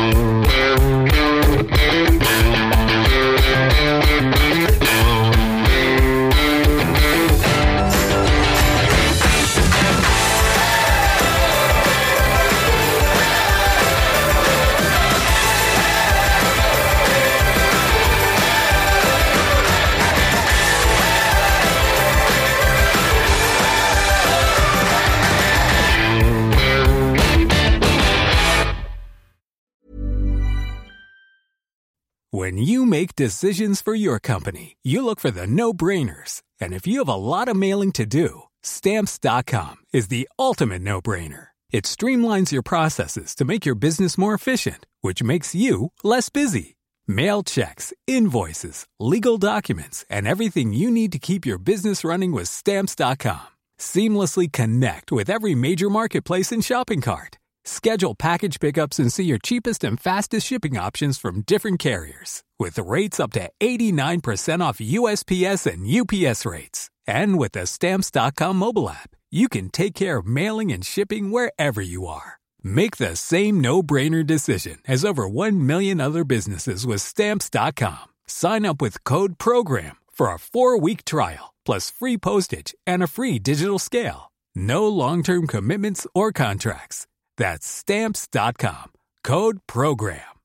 When you make decisions for your company, you look for the no-brainers. And if you have a lot of mailing to do, Stamps dot com is the ultimate no-brainer. It streamlines your processes to make your business more efficient, which makes you less busy. Mail checks, invoices, legal documents, and everything you need to keep your business running with Stamps dot com. Seamlessly connect with every major marketplace and shopping cart. Schedule package pickups and see your cheapest and fastest shipping options from different carriers. With rates up to eighty-nine percent off U S P S and U P S rates. And with the Stamps dot com mobile app, you can take care of mailing and shipping wherever you are. Make the same no-brainer decision as over one million other businesses with Stamps dot com. Sign up with code PROGRAM for a four-week trial, plus free postage and a free digital scale. No long-term commitments or contracts. That's Stamps dot com. Code PROGRAM.